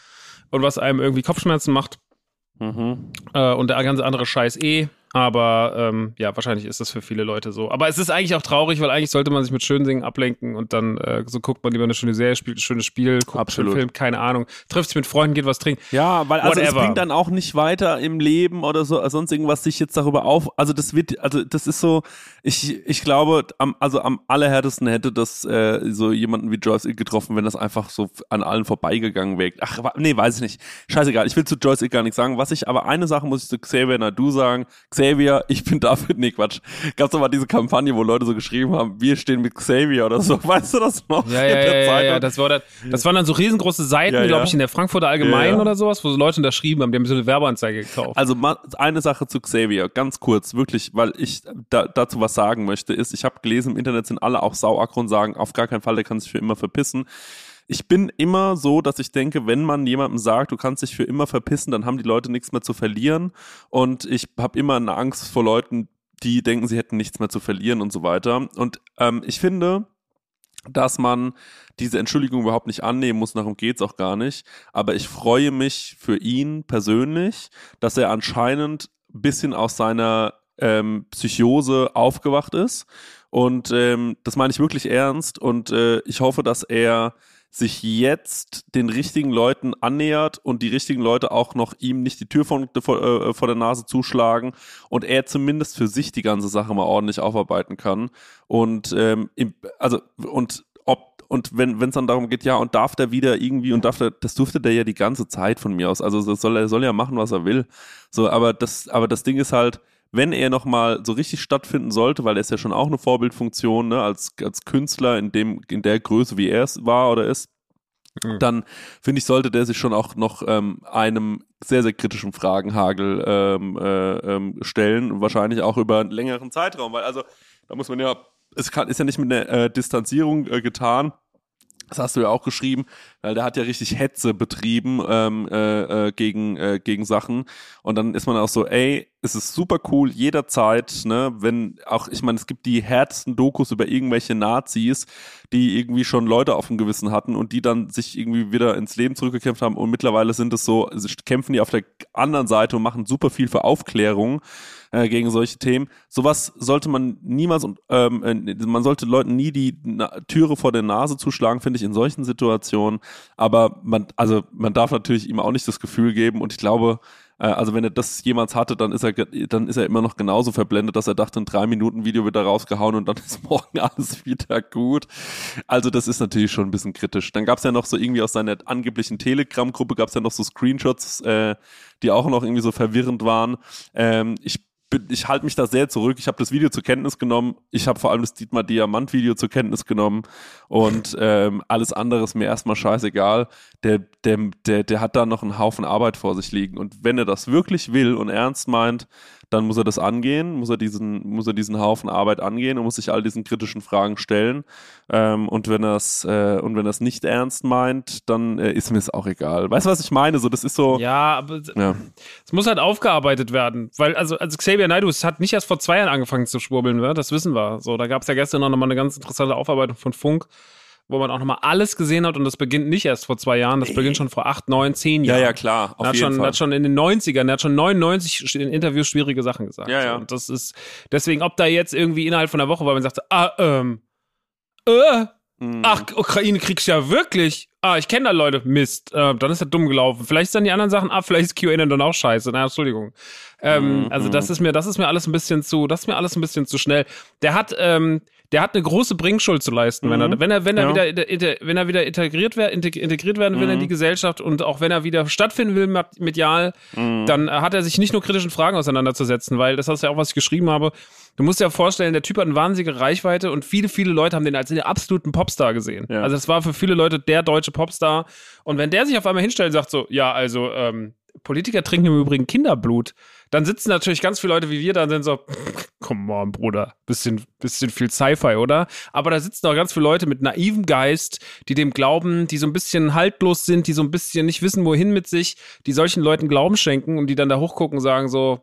und was einem irgendwie Kopfschmerzen macht. Mhm. Äh, und der ganze andere Scheiß eh. Aber ähm, ja, wahrscheinlich ist das für viele Leute so. Aber es ist eigentlich auch traurig, weil eigentlich sollte man sich mit schönen Dingen ablenken und dann äh, so guckt man lieber eine schöne Serie, spielt ein schönes Spiel, guckt einen Film, keine Ahnung, trifft sich mit Freunden, geht was trinken. Ja, weil also es bringt dann auch nicht weiter im Leben oder so, sonst irgendwas sich jetzt darüber auf. Also das wird, also das ist so, ich ich glaube, am, also am allerhärtesten hätte das äh, so jemanden wie Joyce Ilk getroffen, wenn das einfach so an allen vorbeigegangen wäre. Ach, nee, weiß ich nicht. Scheißegal, ich will zu Joyce Ilk gar nichts sagen. Was ich, aber eine Sache muss ich zu Xavier Naidoo sagen. Xavier, ich bin dafür, nee, Quatsch. Gab's doch mal diese Kampagne, wo Leute so geschrieben haben, wir stehen mit Xavier oder so. Weißt du das noch? Ja, ja, ja, ja, ja, das war dann, das waren dann so riesengroße Seiten, ja, ja. glaube ich, in der Frankfurter Allgemeinen ja, ja. oder sowas, wo so Leute unterschrieben haben, die haben so eine Werbeanzeige gekauft. Also mal eine Sache zu Xavier, ganz kurz, wirklich, weil ich da, dazu was sagen möchte, ist, ich habe gelesen, im Internet sind alle auch sauaggro und sagen, auf gar keinen Fall, der kann sich für immer verpissen. Ich bin immer so, dass ich denke, wenn man jemandem sagt, du kannst dich für immer verpissen, dann haben die Leute nichts mehr zu verlieren. Und ich habe immer eine Angst vor Leuten, die denken, sie hätten nichts mehr zu verlieren und so weiter. Und ähm, ich finde, dass man diese Entschuldigung überhaupt nicht annehmen muss, darum geht's auch gar nicht. Aber ich freue mich für ihn persönlich, dass er anscheinend ein bisschen aus seiner ähm, Psychose aufgewacht ist. Und ähm, das meine ich wirklich ernst. Und äh, ich hoffe, dass er sich jetzt den richtigen Leuten annähert und die richtigen Leute auch noch ihm nicht die Tür vor, vor, äh, vor der Nase zuschlagen und er zumindest für sich die ganze Sache mal ordentlich aufarbeiten kann. Und ähm, im, also und ob und wenn wenn es dann darum geht, ja, und darf der wieder irgendwie und darf der, das durfte der ja die ganze Zeit von mir aus. Also das soll er soll ja machen, was er will. So, aber das aber das Ding ist halt, wenn er nochmal so richtig stattfinden sollte, weil er ist ja schon auch eine Vorbildfunktion, ne, als, als Künstler in dem, in der Größe, wie er es war oder ist, mhm. dann finde ich, sollte der sich schon auch noch ähm, einem sehr, sehr kritischen Fragenhagel ähm, äh, ähm, stellen, wahrscheinlich auch über einen längeren Zeitraum, weil also, da muss man ja, es kann, ist ja nicht mit einer äh, Distanzierung äh, getan, Das hast du ja auch geschrieben, weil der hat ja richtig Hetze betrieben ähm, äh, äh, gegen äh, gegen Sachen und dann ist man auch so, ey, es ist super cool jederzeit, ne, wenn auch, ich meine, es gibt die härtesten Dokus über irgendwelche Nazis, die irgendwie schon Leute auf dem Gewissen hatten und die dann sich irgendwie wieder ins Leben zurückgekämpft haben und mittlerweile sind es so, kämpfen die auf der anderen Seite und machen super viel für Aufklärung äh, gegen solche Themen. Sowas sollte man niemals, ähm, man sollte Leuten nie die Na- Türe vor der Nase zuschlagen, finde ich, in solchen Situationen, aber man, also man darf natürlich ihm auch nicht das Gefühl geben und ich glaube, also wenn er das jemals hatte, dann ist er dann ist er immer noch genauso verblendet, dass er dachte, ein drei Minuten Video wird da rausgehauen und dann ist morgen alles wieder gut. Also das ist natürlich schon ein bisschen kritisch. Dann gab es ja noch so irgendwie aus seiner angeblichen Telegram-Gruppe gab es ja noch so Screenshots, äh, die auch noch irgendwie so verwirrend waren. Ähm, ich Ich halte mich da sehr zurück. Ich habe das Video zur Kenntnis genommen. Ich habe vor allem das Dietmar Diamant-Video zur Kenntnis genommen. Und ähm, alles andere ist mir erstmal scheißegal. Der, der, der, der hat da noch einen Haufen Arbeit vor sich liegen. Und wenn er das wirklich will und ernst meint, dann muss er das angehen, muss er diesen, muss er diesen Haufen Arbeit angehen und muss sich all diesen kritischen Fragen stellen. Ähm, und wenn er es äh, und wenn er es nicht ernst meint, dann äh, ist mir es auch egal. Weißt du, was ich meine? So, das ist so. Ja, aber ja. es muss halt aufgearbeitet werden, weil also, also Xavier Naidoo, es hat nicht erst vor zwei Jahren angefangen zu schwurbeln, ne? Das wissen wir. So, da gab es ja gestern noch mal eine ganz interessante Aufarbeitung von Funk, wo man auch nochmal alles gesehen hat und das beginnt nicht erst vor zwei Jahren, das beginnt schon vor acht, neun, zehn Jahren. Ja, ja, klar, auf er hat jeden schon, Fall. Er hat schon in den neunzigern, er hat schon neunundneunzig in Interviews schwierige Sachen gesagt. Ja, ja. Und das ist, deswegen, ob da jetzt irgendwie innerhalb von einer Woche, weil man sagt, ah, ähm, äh, Mhm. ach, Ukraine kriegst ja wirklich, ah, ich kenne da Leute, Mist, äh, dann ist er dumm gelaufen. Vielleicht sind die anderen Sachen, ah, vielleicht ist Q A dann auch scheiße, na, Entschuldigung. Ähm, Mhm. Also das ist mir, das ist mir alles ein bisschen zu, das ist mir alles ein bisschen zu schnell. Der hat, ähm, der hat eine große Bringschuld zu leisten, mhm. wenn er, wenn er, wenn er Ja. wieder, inter, wenn er wieder integriert, wer, integriert werden will Mhm. in die Gesellschaft und auch wenn er wieder stattfinden will medial, Mhm. dann hat er sich nicht nur kritischen Fragen auseinanderzusetzen, weil das ist ja auch, was ich geschrieben habe. Du musst dir ja vorstellen, der Typ hat eine wahnsinnige Reichweite und viele, viele Leute haben den als den absoluten Popstar gesehen. Ja. Also es war für viele Leute der deutsche Popstar. Und wenn der sich auf einmal hinstellt und sagt so, ja, also ähm, Politiker trinken im Übrigen Kinderblut, dann sitzen natürlich ganz viele Leute wie wir da und sind so, komm on, Bruder, bisschen, bisschen viel Sci-Fi, oder? Aber da sitzen auch ganz viele Leute mit naivem Geist, die dem glauben, die so ein bisschen haltlos sind, die so ein bisschen nicht wissen, wohin mit sich, die solchen Leuten Glauben schenken und die dann da hochgucken und sagen so,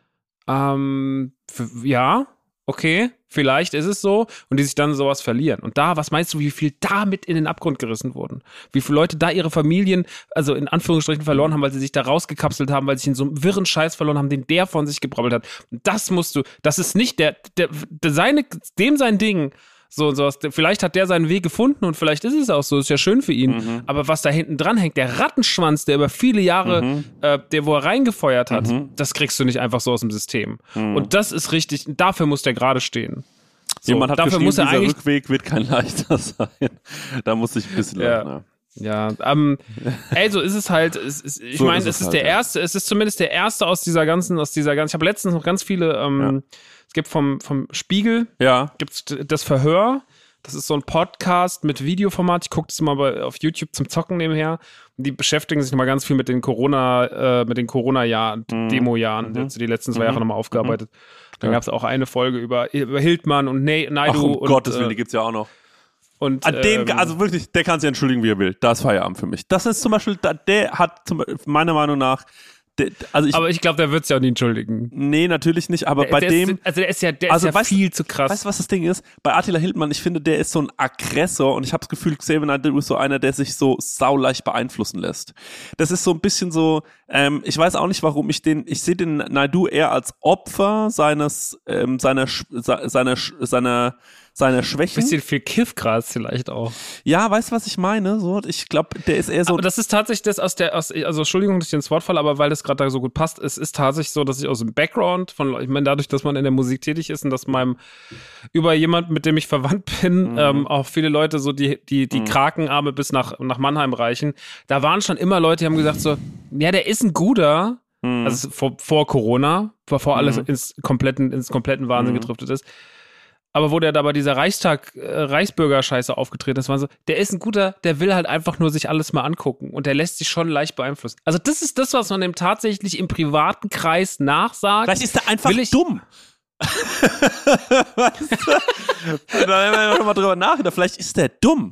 ähm, f- ja, okay, vielleicht ist es so und die sich dann sowas verlieren. Und da, was meinst du, wie viel damit in den Abgrund gerissen wurden? Wie viele Leute da ihre Familien, also in Anführungsstrichen verloren haben, weil sie sich da rausgekapselt haben, weil sie sich in so einem wirren Scheiß verloren haben, den der von sich gebrabbelt hat. Und das musst du, das ist nicht der, der, der seine, dem sein Ding, so und sowas. Vielleicht hat der seinen Weg gefunden und vielleicht ist es auch so, ist ja schön für ihn. Mhm. Aber was da hinten dran hängt, der Rattenschwanz, der über viele Jahre, Mhm. äh, der wo er reingefeuert hat, Mhm. das kriegst du nicht einfach so aus dem System. Mhm. Und das ist richtig, dafür muss der gerade stehen. So, Jemand hat dafür geschrieben, muss er dieser eigentlich, Rückweg wird kein leichter sein. Da muss ich ein bisschen Ja. lachen. ja, ähm, ey, so ist es halt, es, es, ich So meine, ist es es ist halt, der ja. erste, es ist zumindest der erste aus dieser ganzen, aus dieser ganzen, ich habe letztens noch ganz viele, ähm, es gibt vom, vom Spiegel, Ja. gibt's das Verhör. Das ist so ein Podcast mit Videoformat. Ich gucke das mal bei, auf YouTube zum Zocken nebenher. Und die beschäftigen sich nochmal ganz viel mit den Corona, äh, mit den Corona-Jahren, Mhm. Demo-Jahren, Mhm. die letzten zwei Mhm. Jahre nochmal aufgearbeitet. Dann Ja. gab es auch eine Folge über, über Hildmann und Na- Ach, Naidu. um und, Gottes Willen, äh, die gibt's ja auch noch. und, An dem, ähm, also wirklich, der kann sich entschuldigen, wie er will. Da ist Feierabend für mich. Das ist zum Beispiel, da- der hat zum, meiner Meinung nach, der, also ich, aber ich glaube, der wird es ja auch nie entschuldigen. nee, natürlich nicht, aber bei der dem, ist, also der ist ja, der Also ist ja weißt- viel zu krass. weißt du, was das Ding ist? Bei Attila Hildmann, ich finde, der ist so ein Aggressor und ich habe das Gefühl, Xavier Naidoo ist so einer, der sich so sauleicht beeinflussen lässt. Das ist so ein bisschen so, ähm, ich weiß auch nicht, warum ich den, ich sehe den Naidoo eher als Opfer seines, ähm, seiner, Sch- se- seiner, Sch- seiner, seiner Schwächen. Bisschen viel Kiffgras vielleicht auch. Ja, weißt du, was ich meine? So, ich glaube, der ist eher so. Aber das ist tatsächlich das aus der, aus, also Entschuldigung, dass ich ins Wort falle, aber weil das gerade da so gut passt, es ist tatsächlich so, dass ich aus dem Background von, ich meine, dadurch, dass man in der Musik tätig ist und dass meinem, über jemanden, mit dem ich verwandt bin, Mhm. ähm, auch viele Leute so die, die, die Mhm. Krakenarme bis nach, nach Mannheim reichen, da waren schon immer Leute, die haben gesagt so, ja, der ist ein guter, Mhm. also vor, vor Corona, bevor alles Mhm. ins kompletten, ins kompletten Wahnsinn Mhm. gedriftet ist. Aber wo der da bei dieser Reichstag, äh, Reichsbürger-Scheiße aufgetreten ist, waren so, der ist ein guter, der will halt einfach nur sich alles mal angucken und der lässt sich schon leicht beeinflussen. Also das ist das, was man dem tatsächlich im privaten Kreis nachsagt. Vielleicht ist er einfach Will ich- dumm. weißt du? Da haben wir noch mal drüber nachgedacht. Vielleicht ist der dumm.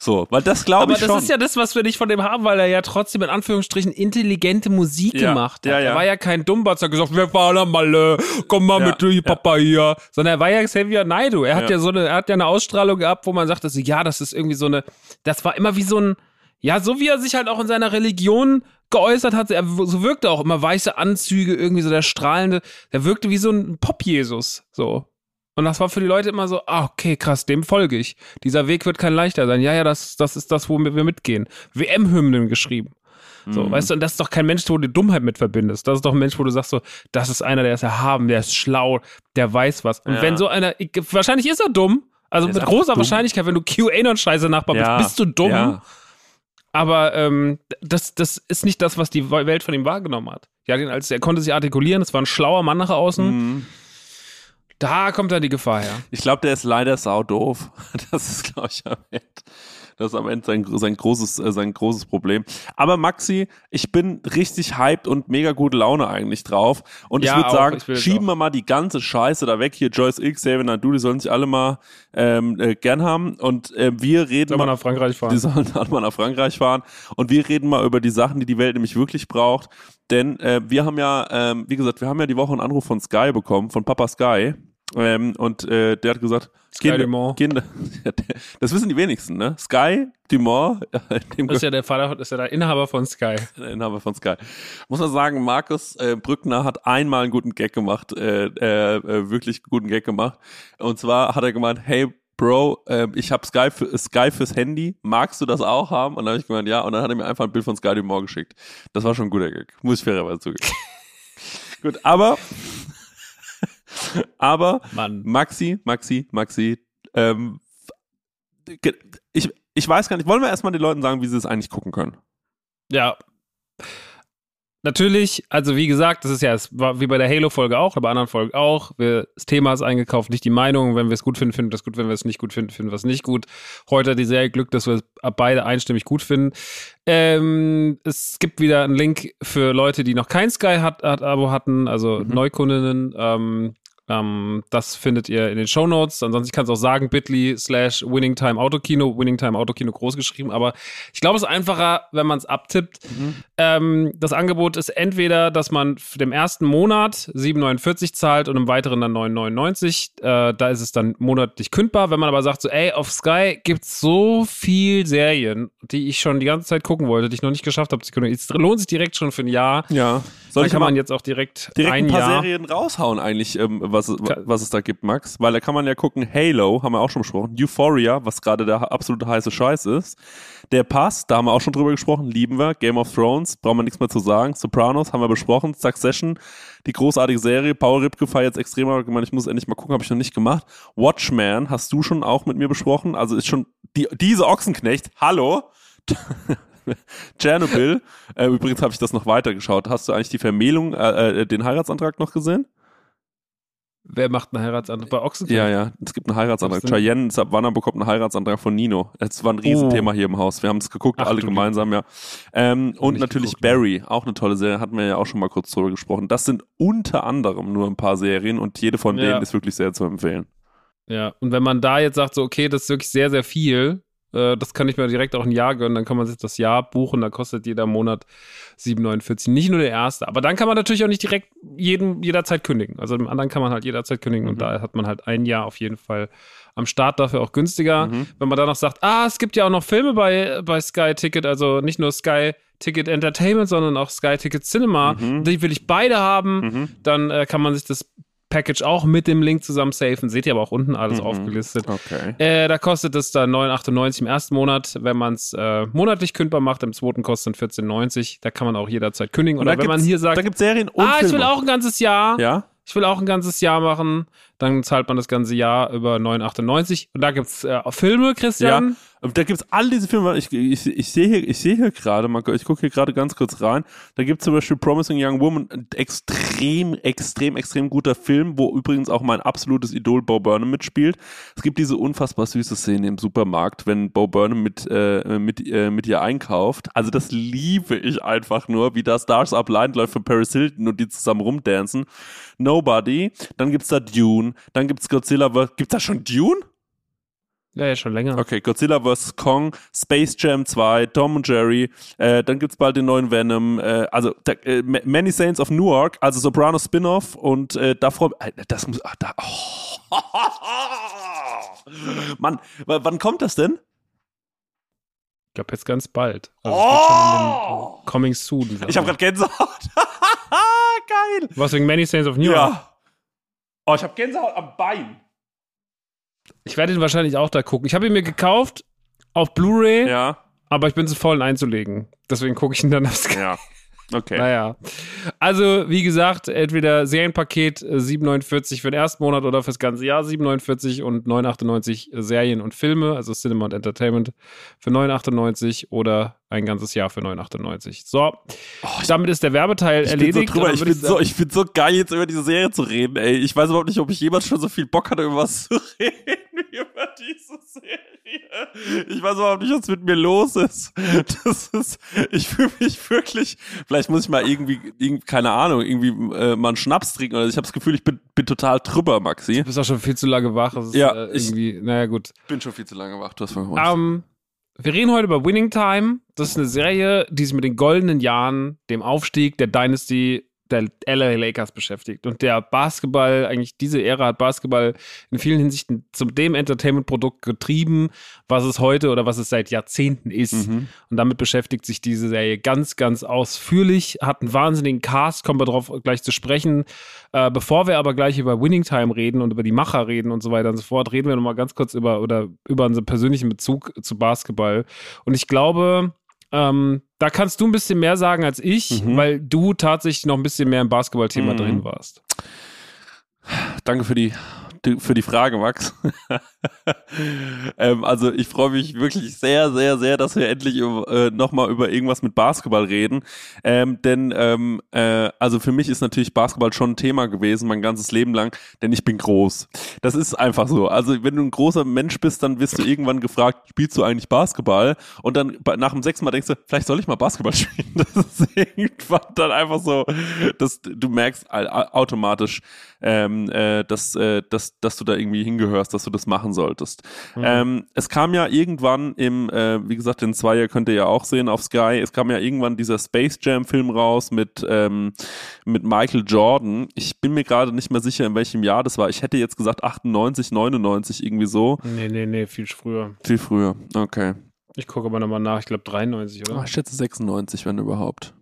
So, weil das glaube ich schon. Aber das ist ja das, was wir nicht von dem haben, weil er ja trotzdem in Anführungsstrichen intelligente Musik ja, gemacht hat. Ja, ja. Er war ja kein Dummbart, der gesagt, wir fahren am Malle, komm mal ja, mit durch, Papa ja. hier. Sondern er war ja Xavier Naidoo. Er hat ja. ja so eine, er hat ja eine Ausstrahlung gehabt, wo man sagt, dass, ja, das ist irgendwie so eine, das war immer wie so ein, ja, so wie er sich halt auch in seiner Religion geäußert hat, er, so wirkte auch immer weiße Anzüge, irgendwie so der strahlende, der wirkte wie so ein Pop-Jesus, so. Und das war für die Leute immer so, ah, okay, krass, dem folge ich. Dieser Weg wird kein leichter sein. Ja, ja, das, das ist das, womit wir mitgehen. W M-Hymnen geschrieben. So, mhm. weißt du, und das ist doch kein Mensch, wo du Dummheit mit verbindest. Das ist doch ein Mensch, wo du sagst so, das ist einer, der ist erhaben, der ist schlau, der weiß was. Und ja. wenn so einer, ich, wahrscheinlich ist er dumm, also der mit großer Wahrscheinlichkeit, wenn du QAnon-Scheiße nachbaust, ja. bist du dumm. Ja. Aber ähm, das, das ist nicht das, was die Welt von ihm wahrgenommen hat. Ja, als er konnte sich artikulieren, es war ein schlauer Mann nach außen. Mhm. Da kommt dann die Gefahr her. Ich glaube, der ist leider saudoof. Das ist, glaube ich, am Ende, das ist am Ende sein, sein, großes, äh, sein großes Problem. Aber Maxi, ich bin richtig hyped und mega gute Laune eigentlich drauf. Und ja, ich würde sagen, ich will schieben wir mal die ganze Scheiße da weg. Hier Joyce X, Xavier Naidoo, die sollen sich alle mal ähm, äh, gern haben. Und äh, wir reden Sollen mal nach Frankreich fahren. Die sollen alle mal nach Frankreich fahren. Und wir reden mal über die Sachen, die die Welt nämlich wirklich braucht. Denn äh, wir haben ja, ähm, wie gesagt, wir haben ja die Woche einen Anruf von Sky bekommen, von Papa Sky. Ähm, und äh, der hat gesagt, Sky Kinder, Dumont. Kinder, das wissen die wenigsten, ne? Sky Dumont, dem das ist ja der Vater, das ist ja der Inhaber von Sky. Der Inhaber von Sky. Muss man sagen, Markus äh, Brückner hat einmal einen guten Gag gemacht, äh, äh, wirklich guten Gag gemacht. Und zwar hat er gemeint, hey Bro, äh, ich habe Sky, für, Sky fürs Handy, magst du das auch haben? Und dann habe ich gemeint, ja. Und dann hat er mir einfach ein Bild von Sky Dumont geschickt. Das war schon ein guter Gag, muss ich fairerweise zugeben. Gut, aber Aber Mann. Maxi, Maxi, Maxi, ähm, ich, ich weiß gar nicht, wollen wir erstmal den Leuten sagen, wie sie es eigentlich gucken können? Ja. Natürlich, also wie gesagt, das ist ja, es war wie bei der Halo-Folge auch, bei anderen Folgen auch. Wir, das Thema ist eingekauft, nicht die Meinung. Wenn wir es gut finden, finden wir es gut. Wenn wir es nicht gut finden, finden wir es nicht gut. Heute hat die Serie Glück, dass wir es beide einstimmig gut finden. Ähm, es gibt wieder einen Link für Leute, die noch kein Sky-Abo hatten, also mhm. Neukundinnen. Ähm, Ähm, das findet ihr in den Shownotes. Ansonsten kannst du auch sagen, bit.ly slash Winningtime Autokino, Winningtime Autokino groß geschrieben, aber ich glaube, es ist einfacher, wenn man es abtippt. Mhm. Ähm, das Angebot ist entweder, dass man für den ersten Monat sieben neunundvierzig zahlt und im weiteren dann neun neunundneunzig. Äh, da ist es dann monatlich kündbar. Wenn man aber sagt so, ey, auf Sky gibt's so viel Serien, die ich schon die ganze Zeit gucken wollte, die ich noch nicht geschafft habe zu gucken. Es lohnt sich direkt schon für ein Jahr. Ja. Soll dann kann man jetzt auch direkt, direkt ein, ein paar Jahr Serien raushauen eigentlich, ähm, was, was es da gibt, Max. Weil da kann man ja gucken, Halo, haben wir auch schon besprochen, Euphoria, was gerade der absolute heiße Scheiß ist. Der Pass, da haben wir auch schon drüber gesprochen, lieben wir. Game of Thrones, brauchen wir nichts mehr zu sagen. Sopranos, haben wir besprochen. Succession, die großartige Serie. Paul Ripke feiert jetzt extrem, aber ich muss endlich mal gucken, habe ich noch nicht gemacht. Watchmen, hast du schon auch mit mir besprochen. Also ist schon, die, diese Ochsenknecht, hallo? Tschernobyl. Äh, übrigens habe ich das noch weitergeschaut. Hast du eigentlich die Vermählung, äh, äh, den Heiratsantrag noch gesehen? Wer macht einen Heiratsantrag? Bei Ochsenknecht? Ja, ja, es gibt einen Heiratsantrag. Cheyenne Savannah bekommt einen Heiratsantrag von Nino. Es war ein Riesenthema oh. hier im Haus. Wir haben es geguckt, Ach, alle gemeinsam, ja. Ähm, und natürlich geguckt, Barry, ja. Auch eine tolle Serie, hatten wir ja auch schon mal kurz drüber gesprochen. Das sind unter anderem nur ein paar Serien und jede von denen ja. ist wirklich sehr zu empfehlen. Ja, und wenn man da jetzt sagt, so okay, das ist wirklich sehr, sehr viel, das kann ich mir direkt auch ein Jahr gönnen, dann kann man sich das Jahr buchen, da kostet jeder Monat sieben neunundvierzig, nicht nur der erste. Aber dann kann man natürlich auch nicht direkt jeden, jederzeit kündigen. Also im anderen kann man halt jederzeit kündigen mhm. und da hat man halt ein Jahr auf jeden Fall am Start, dafür auch günstiger. Mhm. Wenn man dann noch sagt, ah, es gibt ja auch noch Filme bei, bei Sky Ticket, also nicht nur Sky Ticket Entertainment, sondern auch Sky Ticket Cinema, mhm. die will ich beide haben, mhm. dann äh, kann man sich das Package auch mit dem Link zusammen safen. Seht ihr aber auch unten alles mhm. aufgelistet. Okay. Äh, da kostet es dann neun achtundneunzig im ersten Monat. Wenn man es äh, monatlich kündbar macht, im zweiten kostet es vierzehn neunzig. Da kann man auch jederzeit kündigen. Oder wenn man hier sagt, da gibt's Serien und ah, ich Filme. will auch ein ganzes Jahr. Ja? Ich will auch ein ganzes Jahr machen. Dann zahlt man das ganze Jahr über neun achtundneunzig. Und da gibt's äh, Filme, Christian. Ja. Da gibt's all diese Filme, ich, ich, ich sehe hier, ich sehe hier gerade, ich gucke hier gerade ganz kurz rein, da gibt's zum Beispiel Promising Young Woman, ein extrem, extrem, extrem guter Film, wo übrigens auch mein absolutes Idol Bo Burnham mitspielt. Es gibt diese unfassbar süße Szene im Supermarkt, wenn Bo Burnham mit, äh, mit, äh, mit ihr einkauft. Also das liebe ich einfach nur, wie da Stars Up Line läuft von Paris Hilton und die zusammen rumdancen. Nobody, dann gibt's da Dune, dann gibt's Godzilla, gibt's da schon Dune? Ja, ja, schon länger. Okay, Godzilla versus. Kong, Space Jam zwei, Tom und Jerry, äh, dann gibt's bald den neuen Venom, äh, also da, äh, Many Saints of Newark, also Sopranos Spin-Off und äh, da freut äh, das muss, ach, da, oh. Mann, w- wann kommt das denn? Ich glaube jetzt ganz bald. Also Oh! es steht schon in den Coming Soon. Ich habe gerade Gänsehaut. Geil. Was wegen Many Saints of Newark? Ja. Oh, ich habe Gänsehaut am Bein. Ich werde ihn wahrscheinlich auch da gucken. Ich habe ihn mir gekauft auf Blu-ray, Ja. aber ich bin zu faul, ihn einzulegen. Deswegen gucke ich ihn dann auf Sky. Ja. Okay. Naja. Also, wie gesagt, entweder Serienpaket äh, sieben neunundvierzig für den ersten Monat oder fürs ganze Jahr sieben neunundvierzig und neun achtundneunzig äh, Serien und Filme, also Cinema und Entertainment für neun achtundneunzig oder ein ganzes Jahr für neun achtundneunzig. So, Oh, ich, damit ist der Werbeteil ich erledigt. bin so drüber. Aber Ich würde bin so, ich bin so geil, jetzt über diese Serie zu reden, ey. Ich weiß überhaupt nicht, ob ich jemals schon so viel Bock hatte, über was zu reden wie über diese Serie. Ich weiß überhaupt nicht, was mit mir los ist. Das ist, ich fühle mich wirklich, vielleicht muss ich mal irgendwie, irgendwie keine Ahnung, irgendwie äh, mal einen Schnaps trinken oder ich habe das Gefühl, ich bin, bin total drüber, Maxi. Du bist auch schon viel zu lange wach. Das ist, Ja, äh, irgendwie, naja, gut. Ich bin schon viel zu lange wach, du hast vollkommen recht. Ähm, wir reden heute über Winning Time. Das ist eine Serie, die sich mit den goldenen Jahren, dem Aufstieg der Dynasty der L A Lakers beschäftigt. Und der Basketball, eigentlich diese Ära hat Basketball in vielen Hinsichten zu dem Entertainment-Produkt getrieben, was es heute oder was es seit Jahrzehnten ist. Mhm. Und damit beschäftigt sich diese Serie ganz, ganz ausführlich, hat einen wahnsinnigen Cast, kommen wir darauf gleich zu sprechen. Äh, bevor wir aber gleich über Winning Time reden und über die Macher reden und so weiter und so fort, reden wir nochmal ganz kurz über, oder über unseren persönlichen Bezug zu Basketball. Und ich glaube, Ähm, da kannst du ein bisschen mehr sagen als ich, Mhm. weil du tatsächlich noch ein bisschen mehr im Basketballthema Mhm. drin warst. Danke für die, die für die Frage, Max. ähm, also ich freue mich wirklich sehr, sehr, sehr, dass wir endlich äh, nochmal über irgendwas mit Basketball reden. Ähm, denn ähm, äh, also für mich ist natürlich Basketball schon ein Thema gewesen, mein ganzes Leben lang, denn ich bin groß. Das ist einfach so. Also wenn du ein großer Mensch bist, dann wirst du irgendwann gefragt, spielst du eigentlich Basketball? Und dann bei- nach dem sechsten Mal denkst du, vielleicht soll ich mal Basketball spielen. Das ist irgendwann dann einfach so, dass du merkst au- automatisch, ähm, äh, dass, äh, dass, dass du da irgendwie hingehörst, dass du das machen solltest. Mhm. Ähm, es kam ja irgendwann im, äh, wie gesagt, den Zweier könnt ihr ja auch sehen auf Sky, es kam ja irgendwann dieser Space Jam Film raus mit, ähm, mit Michael Jordan. Ich bin mir gerade nicht mehr sicher, in welchem Jahr das war. Ich hätte jetzt gesagt achtundneunzig, neunundneunzig, irgendwie so. Nee, nee, nee, viel früher. Viel früher, okay. Ich gucke aber nochmal nach, ich glaube dreiundneunzig, oder? Ah, ich schätze sechsundneunzig, wenn überhaupt.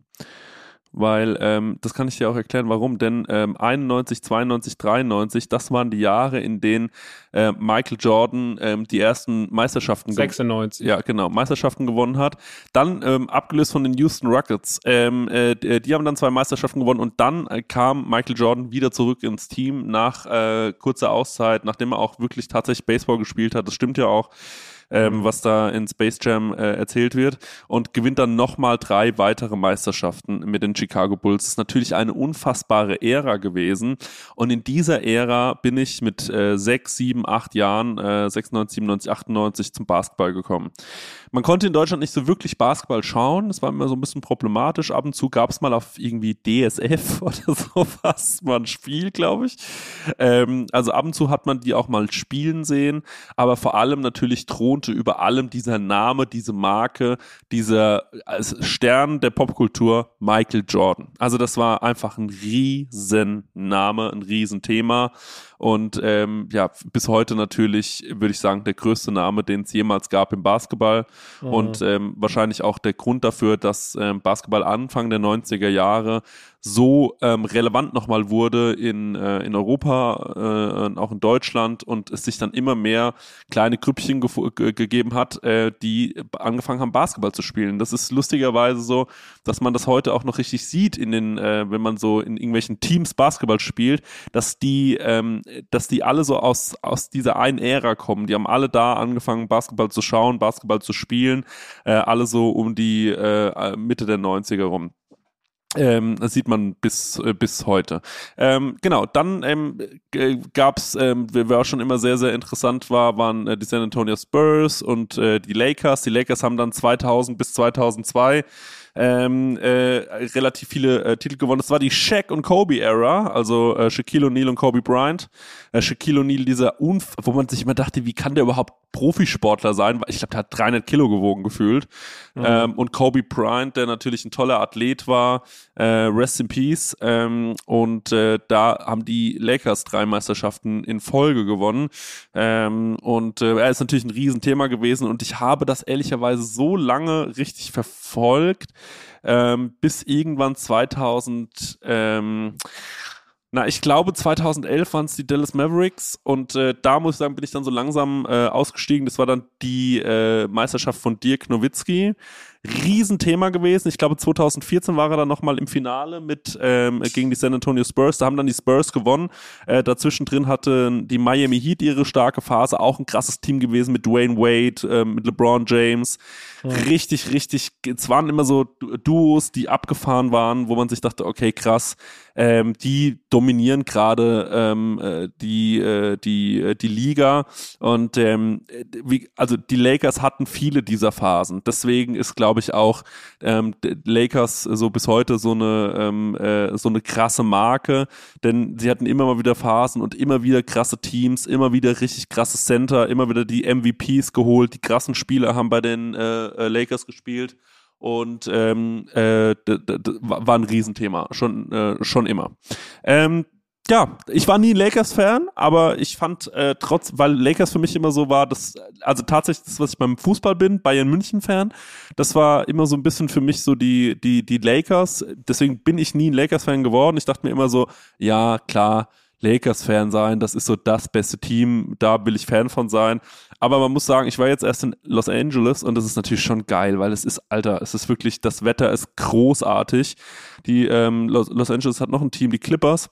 Weil, ähm, das kann ich dir auch erklären, warum. Denn ähm, einundneunzig, zweiundneunzig, dreiundneunzig, das waren die Jahre, in denen äh, Michael Jordan ähm, die ersten Meisterschaften ge- sechsundneunzig. ja, genau, Meisterschaften gewonnen hat. Dann ähm, abgelöst von den Houston Rockets. Ähm, äh, die, die haben dann zwei Meisterschaften gewonnen und dann äh, kam Michael Jordan wieder zurück ins Team nach äh, kurzer Auszeit, nachdem er auch wirklich tatsächlich Baseball gespielt hat. Das stimmt ja auch. Ähm, was da in Space Jam äh, erzählt wird und gewinnt dann nochmal drei weitere Meisterschaften mit den Chicago Bulls. Das ist natürlich eine unfassbare Ära gewesen und in dieser Ära bin ich mit äh, sechs, sieben, acht Jahren, äh, sechsundneunzig, siebenundneunzig, achtundneunzig zum Basketball gekommen. Man konnte in Deutschland nicht so wirklich Basketball schauen, das war immer so ein bisschen problematisch. Ab und zu gab es mal auf irgendwie D S F oder sowas mal ein Spiel, glaube ich. Ähm, also ab und zu hat man die auch mal spielen sehen, aber vor allem natürlich thronte über allem dieser Name, diese Marke, dieser als Stern der Popkultur Michael Jordan. Also das war einfach ein riesen Name, ein riesen Thema und ähm, ja, bis heute natürlich, würde ich sagen, der größte Name, den es jemals gab im Basketball Mhm. und ähm, wahrscheinlich auch der Grund dafür, dass ähm, Basketball Anfang der neunziger Jahre so ähm, relevant nochmal wurde in, äh, in Europa äh, und auch in Deutschland und es sich dann immer mehr kleine Grüppchen gef- ge- gegeben hat, äh, die angefangen haben, Basketball zu spielen. Das ist lustigerweise so, dass man das heute auch noch richtig sieht, in den, äh, wenn man so in irgendwelchen Teams Basketball spielt, dass die, ähm, dass die alle so aus, aus dieser einen Ära kommen. Die haben alle da angefangen, Basketball zu schauen, Basketball zu spielen, äh, alle so um die äh, Mitte der neunziger rum. Ähm, das sieht man bis äh, bis heute. Ähm, genau, dann ähm, g- gab's, ähm, wer auch schon immer sehr, sehr interessant war, waren äh, die San Antonio Spurs und äh, die Lakers. Die Lakers haben dann zweitausend bis zweitausendzwei ähm, äh, relativ viele äh, Titel gewonnen. Das war die Shaq und Kobe-Ära, also äh, Shaquille O'Neal und Kobe Bryant. Äh, Shaquille O'Neal, dieser Unf- wo man sich immer dachte, wie kann der überhaupt Profisportler sein? Weil ich glaube, der hat dreihundert Kilo gewogen gefühlt. Mhm. Ähm, und Kobe Bryant, der natürlich ein toller Athlet war, äh, rest in peace. Ähm, und äh, da haben die Lakers drei Meisterschaften in Folge gewonnen. Ähm, und äh, er ist natürlich ein Riesenthema gewesen und ich habe das ehrlicherweise so lange richtig verfolgt, ähm, bis irgendwann zweitausend, ähm, na, ich glaube zweitausendelf waren es die Dallas Mavericks und äh, da muss ich sagen, bin ich dann so langsam äh, ausgestiegen. Das war dann die äh, Meisterschaft von Dirk Nowitzki. Riesenthema gewesen. Ich glaube zweitausendvierzehn war er dann nochmal im Finale mit ähm, gegen die San Antonio Spurs. Da haben dann die Spurs gewonnen. Äh, dazwischen drin hatten die Miami Heat ihre starke Phase. Auch ein krasses Team gewesen mit Dwayne Wade, äh, mit LeBron James. Ja. Richtig, richtig. Es waren immer so Duos, die abgefahren waren, wo man sich dachte, okay, krass. Ähm, die dominieren gerade ähm, äh, die äh, die äh, die Liga und ähm, wie, also die Lakers hatten viele dieser Phasen. Deswegen ist, glaube ich, auch ähm, Lakers so bis heute so eine ähm, äh, so eine krasse Marke, denn sie hatten immer mal wieder Phasen und immer wieder krasse Teams, immer wieder richtig krasse Center, immer wieder die M V Ps geholt, die krassen Spieler haben bei den äh, äh, Lakers gespielt. Und ähm, äh, d- d- d- war ein Riesenthema, schon äh, schon immer. Ähm, ja, ich war nie ein Lakers-Fan, aber ich fand äh, trotz, weil Lakers für mich immer so war, dass, also tatsächlich das, was ich beim Fußball bin, Bayern München-Fan, das war immer so ein bisschen für mich so die die die Lakers. Deswegen bin ich nie ein Lakers-Fan geworden. Ich dachte mir immer so, ja klar, Lakers-Fan sein, das ist so das beste Team, da will ich Fan von sein. Aber man muss sagen, ich war jetzt erst in Los Angeles und das ist natürlich schon geil, weil es ist, Alter, es ist wirklich, das Wetter ist großartig. Die ähm, Los, Los Angeles hat noch ein Team, die Clippers.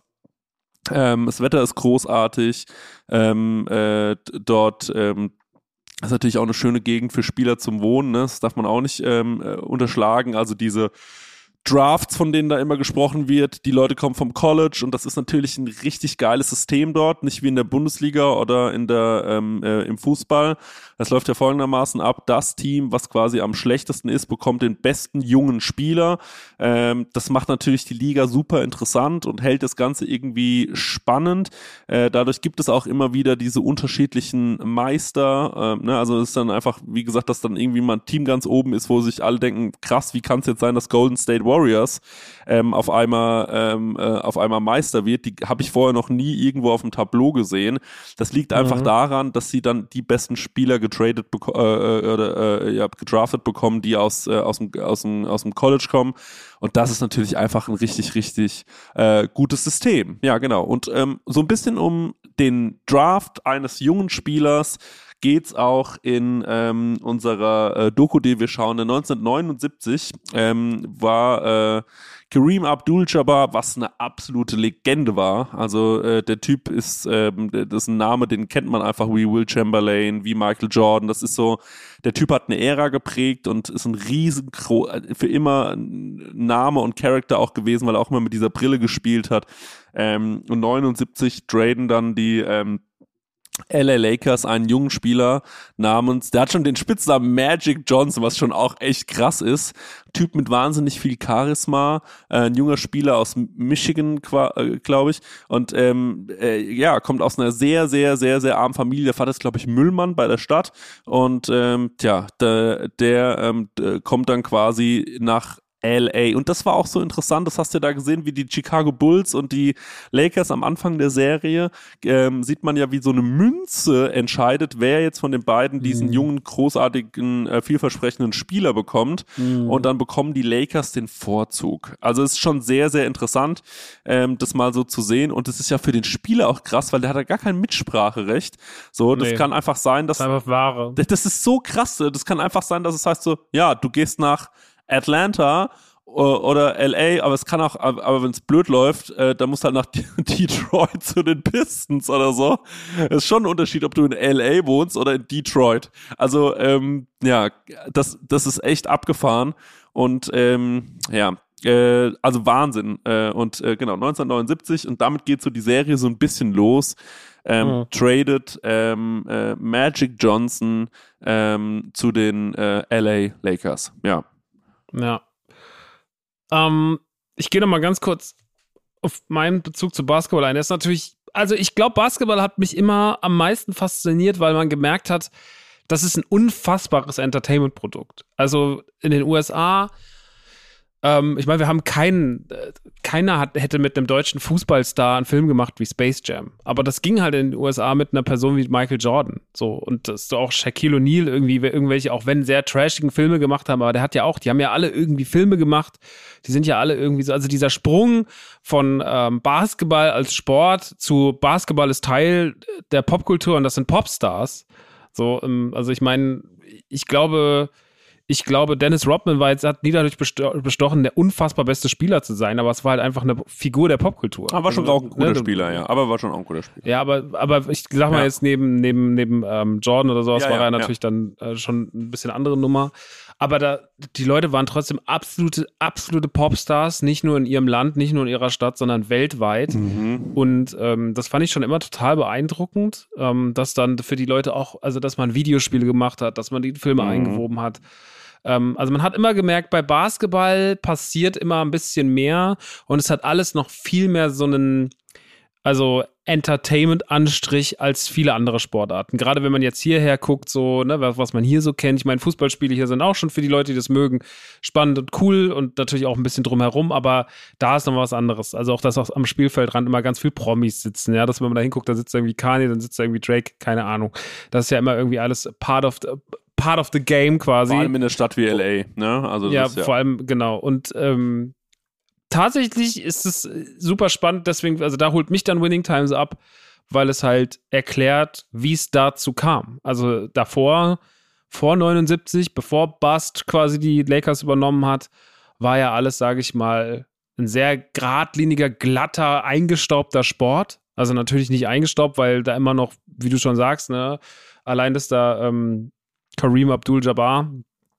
Ähm, das Wetter ist großartig. Ähm, äh, dort ähm, ist natürlich auch eine schöne Gegend für Spieler zum Wohnen, ne? Das darf man auch nicht ähm, äh, unterschlagen. Also diese Drafts, von denen da immer gesprochen wird, die Leute kommen vom College und das ist natürlich ein richtig geiles System dort, nicht wie in der Bundesliga oder in der ähm, äh, im Fußball. Das läuft ja folgendermaßen ab, das Team, was quasi am schlechtesten ist, bekommt den besten jungen Spieler. Ähm, das macht natürlich die Liga super interessant und hält das Ganze irgendwie spannend. Äh, dadurch gibt es auch immer wieder diese unterschiedlichen Meister. Äh, ne? Also es ist dann einfach, wie gesagt, dass dann irgendwie mal ein Team ganz oben ist, wo sich alle denken, krass, wie kann es jetzt sein, dass Golden State Warriors ähm, auf einmal ähm, äh, auf einmal Meister wird. Die habe ich vorher noch nie irgendwo auf dem Tableau gesehen. Das liegt einfach mhm. daran, dass sie dann die besten Spieler getradet beko- äh, oder äh, ja, gedraftet bekommen, die aus äh, aus dem aus dem aus dem College kommen. Und das ist natürlich einfach ein richtig richtig äh, gutes System. Ja, genau. Und ähm, so ein bisschen um den Draft eines jungen Spielers geht's auch in ähm, unserer äh, Doku, die wir schauen. neunzehnhundertneunundsiebzig ähm, war äh, Kareem Abdul-Jabbar, was eine absolute Legende war. Also äh, der Typ ist, ähm, das ist ein Name, den kennt man einfach wie Will Chamberlain, wie Michael Jordan. Das ist so, der Typ hat eine Ära geprägt und ist ein riesen, für immer ein Name und Charakter auch gewesen, weil er auch immer mit dieser Brille gespielt hat. Ähm, und neunundsiebzig traden dann die ähm, L A Lakers einen jungen Spieler namens, der hat schon den Spitznamen Magic Johnson, was schon auch echt krass ist. Typ mit wahnsinnig viel Charisma, äh, ein junger Spieler aus Michigan, äh, glaube ich. Und ähm, äh, ja, kommt aus einer sehr, sehr, sehr, sehr armen Familie. Der Vater ist, glaube ich, Müllmann bei der Stadt. Und ähm, tja, der, der ähm, kommt dann quasi nach L A. Und das war auch so interessant, das hast du ja da gesehen, wie die Chicago Bulls und die Lakers am Anfang der Serie, ähm, sieht man ja, wie so eine Münze entscheidet, wer jetzt von den beiden diesen mhm. jungen, großartigen, äh, vielversprechenden Spieler bekommt. Mhm. Und dann bekommen die Lakers den Vorzug. Also es ist schon sehr, sehr interessant, ähm, das mal so zu sehen. Und es ist ja für den Spieler auch krass, weil der hat ja gar kein Mitspracherecht. So, das nee. kann einfach sein, dass... Das ist einfach Ware. Das ist so krass. Das kann einfach sein, dass es heißt so, ja, du gehst nach Atlanta oder L A, aber es kann auch, aber wenn es blöd läuft, äh, dann musst du halt nach Detroit zu den Pistons oder so. Es ist schon ein Unterschied, ob du in L A wohnst oder in Detroit. Also, ähm, ja, das, das ist echt abgefahren und, ähm, ja, äh, also Wahnsinn. Äh, und, äh, genau, neunzehnhundertneunundsiebzig und damit geht so die Serie so ein bisschen los. Ähm, mhm. Traded ähm, äh, Magic Johnson ähm, zu den äh, L A Lakers, ja. Ja. Ähm, ich gehe noch mal ganz kurz auf meinen Bezug zu Basketball ein. Der ist natürlich, also ich glaube, Basketball hat mich immer am meisten fasziniert, weil man gemerkt hat, das ist ein unfassbares Entertainment-Produkt. Also in den U S A, ähm, ich meine, wir haben keinen, äh, keiner hat, hätte mit einem deutschen Fußballstar einen Film gemacht wie Space Jam. Aber das ging halt in den U S A mit einer Person wie Michael Jordan. So, und das ist auch Shaquille O'Neal irgendwie, irgendwelche, auch wenn sehr trashigen Filme gemacht haben, aber der hat ja auch, die haben ja alle irgendwie Filme gemacht, die sind ja alle irgendwie so, also dieser Sprung von ähm, Basketball als Sport zu Basketball ist Teil der Popkultur und das sind Popstars. So, ähm, also ich meine, ich glaube, Ich glaube, Dennis Rodman war jetzt, hat nie dadurch besto- bestochen, der unfassbar beste Spieler zu sein, aber es war halt einfach eine Figur der Popkultur. Aber war schon also, auch ein guter ne, Spieler, ja. Aber war schon auch ein guter Spieler. Ja, aber, aber ich sag mal Ja. jetzt neben, neben, neben ähm, Jordan oder sowas Ja, war ja, er natürlich ja. dann äh, schon ein bisschen andere Nummer. Aber da, die Leute waren trotzdem absolute, absolute Popstars, nicht nur in ihrem Land, nicht nur in ihrer Stadt, sondern weltweit. Mhm. Und ähm, das fand ich schon immer total beeindruckend, ähm, dass dann für die Leute auch, also dass man Videospiele gemacht hat, dass man die Filme Mhm. eingewoben hat. Ähm, also man hat immer gemerkt, bei Basketball passiert immer ein bisschen mehr und es hat alles noch viel mehr so einen, also Entertainment-Anstrich als viele andere Sportarten. Gerade wenn man jetzt hierher guckt, so, ne, was, was man hier so kennt. Ich meine, Fußballspiele hier sind auch schon für die Leute, die das mögen, spannend und cool und natürlich auch ein bisschen drumherum, aber da ist noch was anderes. Also auch, dass auch am Spielfeldrand immer ganz viel Promis sitzen, ja, dass wenn man da hinguckt, da sitzt irgendwie Kanye, dann sitzt da irgendwie Drake, keine Ahnung. Das ist ja immer irgendwie alles part of the, part of the game quasi. Vor allem in einer Stadt wie L A, ne? Also das Ja, ist ja vor allem, genau. Und ähm, tatsächlich ist es super spannend, deswegen, also da holt mich dann Winning Times ab, weil es halt erklärt, wie es dazu kam. Also davor, vor neunundsiebzig, bevor Bust quasi die Lakers übernommen hat, war ja alles, sage ich mal, ein sehr geradliniger, glatter, eingestaubter Sport. Also natürlich nicht eingestaubt, weil da immer noch, wie du schon sagst, ne, allein, dass da ähm, Kareem Abdul-Jabbar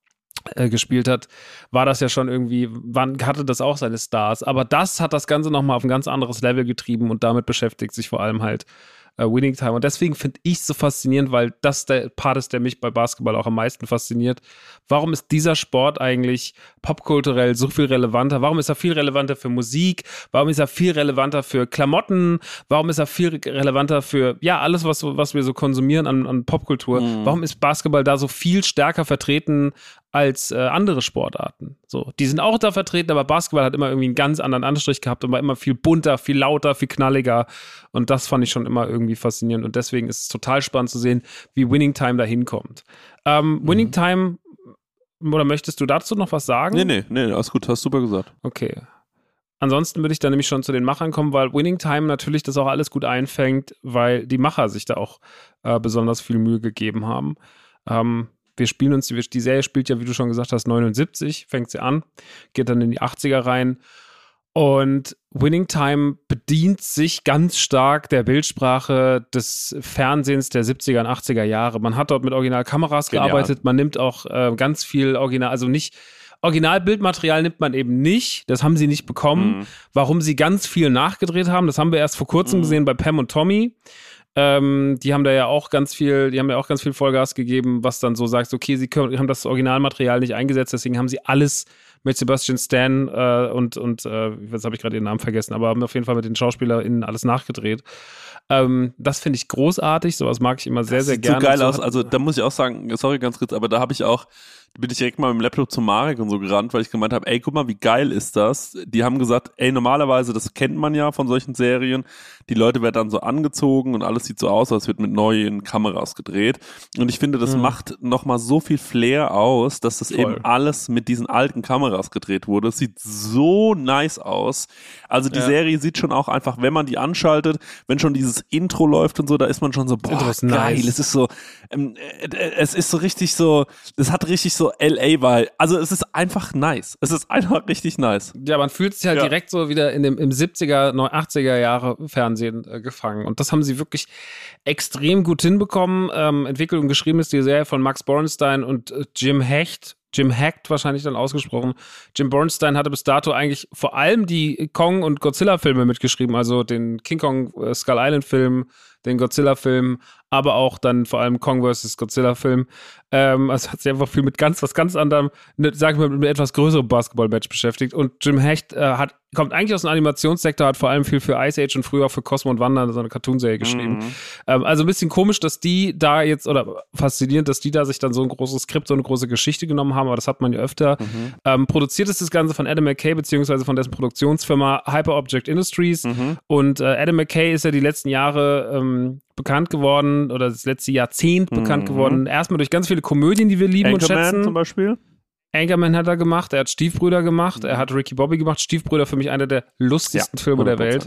äh, gespielt hat, war das ja schon irgendwie, wann hatte das auch seine Stars. Aber das hat das Ganze nochmal auf ein ganz anderes Level getrieben und damit beschäftigt sich vor allem halt äh, Winning Time. Und deswegen finde ich es so faszinierend, weil das der Part ist, der mich bei Basketball auch am meisten fasziniert. Warum ist dieser Sport eigentlich popkulturell so viel relevanter? Warum ist er viel relevanter für Musik? Warum ist er viel relevanter für Klamotten? Warum ist er viel relevanter für, ja, alles, was, was wir so konsumieren an, an Popkultur? Mhm. Warum ist Basketball da so viel stärker vertreten als äh, andere Sportarten? So, die sind auch da vertreten, aber Basketball hat immer irgendwie einen ganz anderen Anstrich gehabt und war immer viel bunter, viel lauter, viel knalliger und das fand ich schon immer irgendwie faszinierend und deswegen ist es total spannend zu sehen, wie Winning Time da hinkommt. Ähm, Winning mhm. Time, oder möchtest du dazu noch was sagen? Nee, nee, nee, alles gut, hast super gesagt. Okay. Ansonsten würde ich dann nämlich schon zu den Machern kommen, weil Winning Time natürlich das auch alles gut einfängt, weil die Macher sich da auch äh, besonders viel Mühe gegeben haben. Ähm, wir spielen uns, die, die Serie spielt ja, wie du schon gesagt hast, neunundsiebzig, fängt sie an, geht dann in die achtziger rein und Winning Time bedient sich ganz stark der Bildsprache des Fernsehens der siebziger und achtziger Jahre. Man hat dort mit Originalkameras Genial. gearbeitet, man nimmt auch äh, ganz viel Original, also nicht Originalbildmaterial nimmt man eben nicht, das haben sie nicht bekommen. Mhm. Warum sie ganz viel nachgedreht haben, das haben wir erst vor kurzem mhm. gesehen bei Pam und Tommy. Ähm, die haben da ja auch ganz viel, die haben ja auch ganz viel Vollgas gegeben, was dann so sagt, okay, sie können, haben das Originalmaterial nicht eingesetzt, deswegen haben sie alles mit Sebastian Stan äh, und, und äh, jetzt habe ich gerade ihren Namen vergessen, aber haben auf jeden Fall mit den SchauspielerInnen alles nachgedreht. Ähm, das finde ich großartig, sowas mag ich immer sehr, das sehr sieht gerne. So geil so aus, also da muss ich auch sagen, sorry ganz kurz, aber da habe ich auch bin ich direkt mal mit dem Laptop zu Marek und so gerannt, weil ich gemeint habe, ey, guck mal, wie geil ist das? Die haben gesagt, ey, normalerweise, das kennt man ja von solchen Serien, die Leute werden dann so angezogen und alles sieht so aus, als wird mit neuen Kameras gedreht. Und ich finde, das mhm. macht nochmal so viel Flair aus, dass das Voll. eben alles mit diesen alten Kameras gedreht wurde. Es sieht so nice aus. Also die ja. Serie sieht schon auch einfach, wenn man die anschaltet, wenn schon dieses Intro läuft und so, da ist man schon so, boah, geil, nice. Es ist so, ähm, äh, es ist so richtig so, es hat richtig so L A-Vibe. Also es ist einfach nice. Es ist einfach richtig nice. Ja, man fühlt sich halt ja. direkt so wieder in dem, im siebziger, achtziger Jahre Fernsehen äh, gefangen. Und das haben sie wirklich extrem gut hinbekommen. Ähm, entwickelt und geschrieben ist die Serie von Max Borenstein und äh, Jim Hecht. Jim Hecht wahrscheinlich dann ausgesprochen. Jim Bernstein hatte bis dato eigentlich vor allem die Kong- und Godzilla-Filme mitgeschrieben, also den King Kong äh, Skull Island-Film, den Godzilla-Film, aber auch dann vor allem Kong versus. Godzilla-Film. Ähm, also hat sich einfach viel mit ganz, was ganz anderem, ne, sag ich mal, mit einem etwas größerem Basketball-Match beschäftigt. Und Jim Hecht äh, hat, kommt eigentlich aus dem Animationssektor, hat vor allem viel für Ice Age und früher auch für Cosmo und Wanda so eine Cartoonserie geschrieben. Mhm. Ähm, also ein bisschen komisch, dass die da jetzt, oder faszinierend, dass die da sich dann so ein großes Skript, so eine große Geschichte genommen haben, aber das hat man ja öfter. Mhm. Ähm, produziert ist das Ganze von Adam McKay, beziehungsweise von dessen Produktionsfirma Hyper Object Industries. Mhm. Und äh, Adam McKay ist ja die letzten Jahre ähm, bekannt geworden, oder das letzte Jahrzehnt mhm. bekannt geworden. Erstmal durch ganz viele Komödien, die wir lieben Anchorman und schätzen. Zum Beispiel. Anchorman hat er gemacht, er hat Stiefbrüder gemacht, mhm. er hat Ricky Bobby gemacht. Stiefbrüder für mich einer der lustigsten ja, Filme der Welt.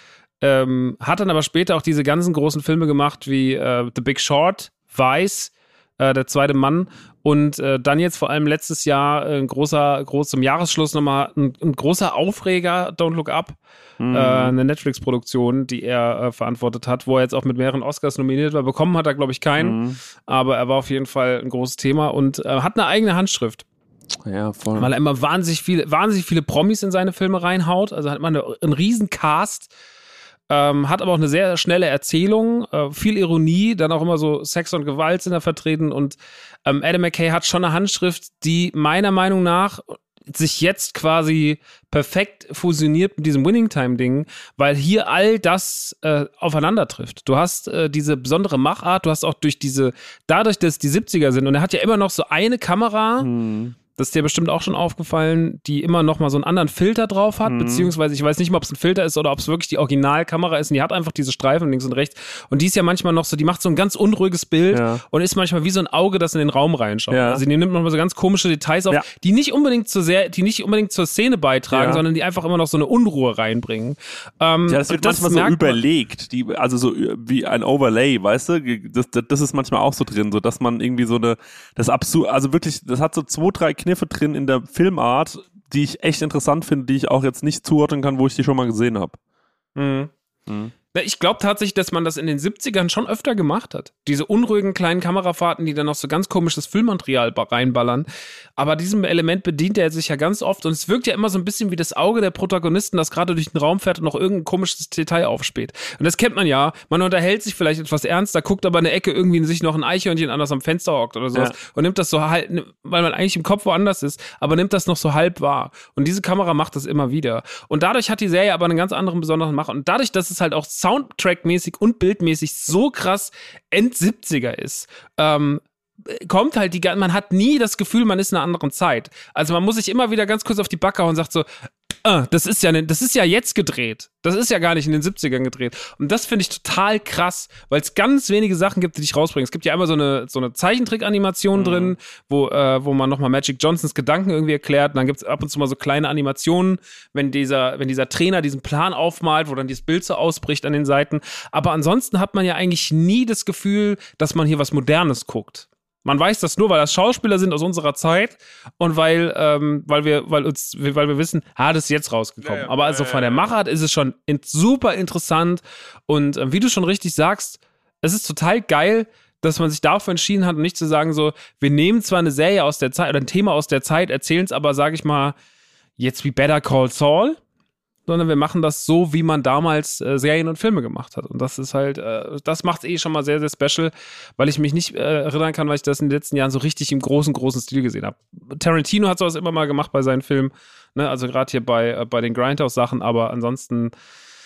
Ähm, hat dann aber später auch diese ganzen großen Filme gemacht wie äh, The Big Short, Vice, äh, Der zweite Mann und äh, dann jetzt vor allem letztes Jahr ein großer, groß zum Jahresschluss nochmal ein, ein großer Aufreger, Don't Look Up, mhm. äh, eine Netflix-Produktion, die er äh, verantwortet hat, wo er jetzt auch mit mehreren Oscars nominiert war. Bekommen hat er, glaube ich, keinen, mhm. aber er war auf jeden Fall ein großes Thema und äh, hat eine eigene Handschrift. Ja, voll. Weil er immer wahnsinnig viele, wahnsinnig viele Promis in seine Filme reinhaut. Also hat man eine, einen riesen Cast, ähm, hat aber auch eine sehr schnelle Erzählung, äh, viel Ironie, dann auch immer so Sex und Gewalt sind da vertreten und ähm, Adam McKay hat schon eine Handschrift, die meiner Meinung nach sich jetzt quasi perfekt fusioniert mit diesem Winning-Time-Ding, weil hier all das äh, aufeinander trifft. Du hast äh, diese besondere Machart, du hast auch durch diese, dadurch, dass es die siebziger sind und er hat ja immer noch so eine Kamera, hm. das ist dir bestimmt auch schon aufgefallen, die immer noch mal so einen anderen Filter drauf hat, mhm. beziehungsweise ich weiß nicht mal, ob es ein Filter ist oder ob es wirklich die Originalkamera ist und die hat einfach diese Streifen links und rechts und die ist ja manchmal noch so, die macht so ein ganz unruhiges Bild ja. und ist manchmal wie so ein Auge, das in den Raum reinschaut. Ja. Also die nimmt manchmal so ganz komische Details auf, ja. die nicht unbedingt zur sehr, die nicht unbedingt zur Szene beitragen, ja. sondern die einfach immer noch so eine Unruhe reinbringen. Ähm, ja, das wird das manchmal so überlegt, die, also so wie ein Overlay, weißt du? Das, das, das ist manchmal auch so drin, so dass man irgendwie so eine, das absurd, also wirklich, das hat so zwei, drei Kniffe drin in der Filmart, die ich echt interessant finde, die ich auch jetzt nicht zuordnen kann, wo ich die schon mal gesehen habe. Mhm. Mhm. Ich glaube tatsächlich, dass man das in den siebzigern schon öfter gemacht hat. Diese unruhigen kleinen Kamerafahrten, die dann noch so ganz komisches Filmmaterial reinballern. Aber diesem Element bedient er sich ja ganz oft und es wirkt ja immer so ein bisschen wie das Auge der Protagonisten, das gerade durch den Raum fährt und noch irgendein komisches Detail aufspäht. Und das kennt man ja. Man unterhält sich vielleicht etwas ernster, guckt aber in der Ecke irgendwie sich noch ein Eichhörnchen an, das am Fenster hockt oder sowas ja. und nimmt das so halt, weil man eigentlich im Kopf woanders ist, aber nimmt das noch so halb wahr. Und diese Kamera macht das immer wieder. Und dadurch hat die Serie aber einen ganz anderen besonderen Macher. Und dadurch, dass es halt auch Soundtrack-mäßig und bildmäßig so krass End-siebziger ist, ähm, kommt halt die, man hat nie das Gefühl, man ist in einer anderen Zeit. Also man muss sich immer wieder ganz kurz auf die Backe hauen und sagt so, ah, das ist ja, ne, das ist ja jetzt gedreht. Das ist ja gar nicht in den siebzigern gedreht. Und das finde ich total krass, weil es ganz wenige Sachen gibt, die dich rausbringen. Es gibt ja einmal so eine, so eine Zeichentrick-Animation mhm. drin, wo, äh, wo man nochmal Magic Johnsons Gedanken irgendwie erklärt. Und dann gibt es ab und zu mal so kleine Animationen, wenn dieser, wenn dieser Trainer diesen Plan aufmalt, wo dann dieses Bild so ausbricht an den Seiten. Aber ansonsten hat man ja eigentlich nie das Gefühl, dass man hier was Modernes guckt. Man weiß das nur, weil das Schauspieler sind aus unserer Zeit und weil, ähm, weil wir, weil uns, weil wir wissen, ah, das ist jetzt rausgekommen. Ja, ja, aber also von der Machart ist es schon in, super interessant und äh, wie du schon richtig sagst, es ist total geil, dass man sich dafür entschieden hat und nicht zu sagen so, wir nehmen zwar eine Serie aus der Zeit oder ein Thema aus der Zeit, erzählen es aber, sage ich mal, jetzt wie Better Call Saul, sondern wir machen das so, wie man damals äh, Serien und Filme gemacht hat. Und das ist halt, äh, das macht es eh schon mal sehr, sehr special, weil ich mich nicht äh, erinnern kann, weil ich das in den letzten Jahren so richtig im großen, großen Stil gesehen habe. Tarantino hat sowas immer mal gemacht bei seinen Filmen, ne? Also gerade hier bei, äh, bei den Grindhouse-Sachen, aber ansonsten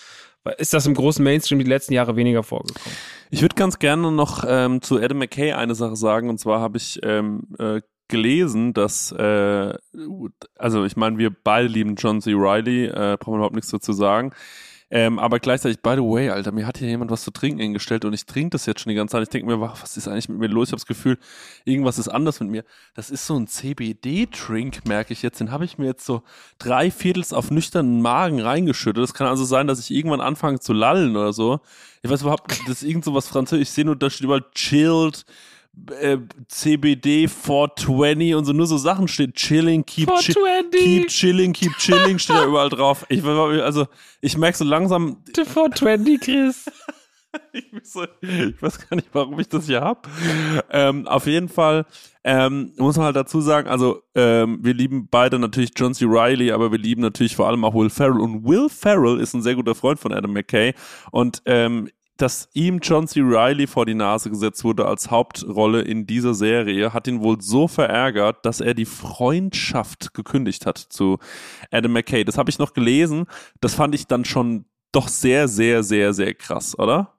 ist das im großen Mainstream die letzten Jahre weniger vorgekommen. Ich würde ganz gerne noch ähm, zu Adam McKay eine Sache sagen, und zwar habe ich ähm, äh, gelesen, dass, äh, also ich meine, wir beide lieben John C. Reilly, äh, brauchen wir überhaupt nichts dazu sagen, ähm, aber gleichzeitig, by the way, Alter, mir hat hier jemand was zu trinken hingestellt und ich trinke das jetzt schon die ganze Zeit. Ich denke mir, was ist eigentlich mit mir los? Ich habe das Gefühl, irgendwas ist anders mit mir. Das ist so ein C B D-Drink, merke ich jetzt. Den habe ich mir jetzt so drei Viertels auf nüchternen Magen reingeschüttet. Das kann also sein, dass ich irgendwann anfange zu lallen oder so. Ich weiß überhaupt nicht, das ist irgend so was Französisch. Ich sehe nur, da steht überall chilled, Äh, C B D vierhundertzwanzig und so, nur so Sachen steht, chilling, keep, chi- keep chilling, keep chilling, steht da überall drauf. Ich, also, ich merke so langsam. vierhundertzwanzig, Chris. ich, so, ich weiß gar nicht, warum ich das hier hab. Ähm, auf jeden Fall ähm, muss man halt dazu sagen, also ähm, wir lieben beide natürlich John C. Reilly, aber wir lieben natürlich vor allem auch Will Ferrell. Und Will Ferrell ist ein sehr guter Freund von Adam McKay und ähm, dass ihm John C. Reilly vor die Nase gesetzt wurde als Hauptrolle in dieser Serie, hat ihn wohl so verärgert, dass er die Freundschaft gekündigt hat zu Adam McKay. Das habe ich noch gelesen. Das fand ich dann schon doch sehr, sehr, sehr, sehr krass, oder?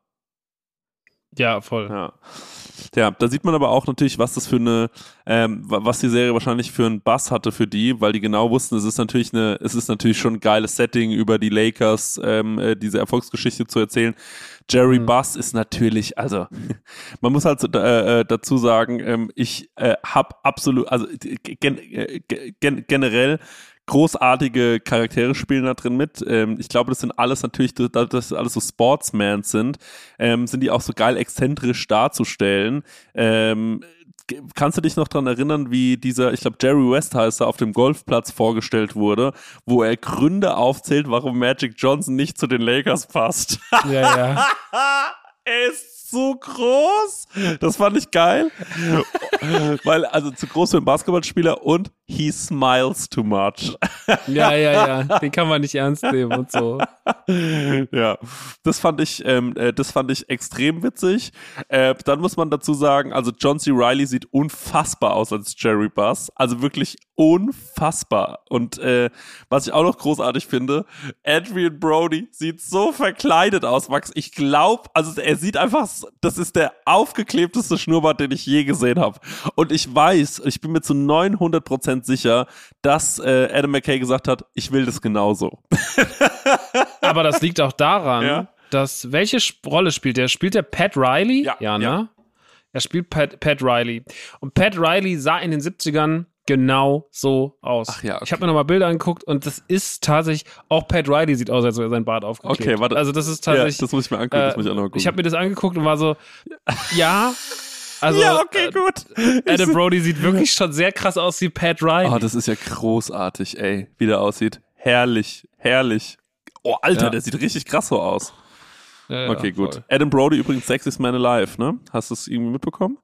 Ja, voll. Ja. Ja, da sieht man aber auch natürlich, was das für eine, ähm, was die Serie wahrscheinlich für einen Bass hatte für die, weil die genau wussten, es ist natürlich eine, es ist natürlich schon ein geiles Setting, über die Lakers ähm, äh, diese Erfolgsgeschichte zu erzählen. Jerry mhm. Buss ist natürlich, also man muss halt äh, dazu sagen, ähm, ich äh, hab absolut, also gen, äh, gen, generell großartige Charaktere spielen da drin mit. Ähm, ich glaube, das sind alles natürlich, dadurch, dass das alles so Sportsmen sind, ähm, sind die auch so geil exzentrisch darzustellen. Ähm, kannst du dich noch dran erinnern, wie dieser, ich glaube Jerry West heißt er, auf dem Golfplatz vorgestellt wurde, wo er Gründe aufzählt, warum Magic Johnson nicht zu den Lakers passt? Ja, ja. Er ist so groß. Das fand ich geil. Weil, also zu groß für einen Basketballspieler und he smiles too much. Ja, ja, ja. Den kann man nicht ernst nehmen und so. Ja, das fand ich, ähm, das fand ich extrem witzig. Äh, dann muss man dazu sagen, also John C. Reilly sieht unfassbar aus als Jerry Buss. Also wirklich unfassbar. Und äh, was ich auch noch großartig finde, Adrian Brody sieht so verkleidet aus, Max. Ich glaube, also er sieht einfach, das ist der aufgeklebteste Schnurrbart, den ich je gesehen habe. Und ich weiß, ich bin mir zu neunhundert Prozent sicher, dass äh, Adam McKay gesagt hat, ich will das genauso. Aber das liegt auch daran, ja. dass, welche Rolle spielt der? Spielt der Pat Riley? Ja, ja ne? Ja. Er spielt Pat, Pat Riley. Und Pat Riley sah in den siebzigern genau so aus. Ach ja, okay. Ich habe mir nochmal Bilder angeguckt und das ist tatsächlich, auch Pat Riley sieht aus, als wäre sein Bart aufgeklebt. Okay, warte. Also das ist tatsächlich. Ja, das muss ich mir angucken, äh, das muss ich auch noch mal gucken. Ich habe mir das angeguckt und war so, ja. Also, ja, okay, gut. Äh, Adam Brody sieht wirklich schon sehr krass aus wie Pat Riley. Oh, das ist ja großartig, ey, wie der aussieht. Herrlich, herrlich. Oh, Alter, ja. Der sieht richtig krass so aus. Ja, okay, ja, gut. voll. Adam Brody übrigens Sexiest Man Alive, ne? Hast du es irgendwie mitbekommen?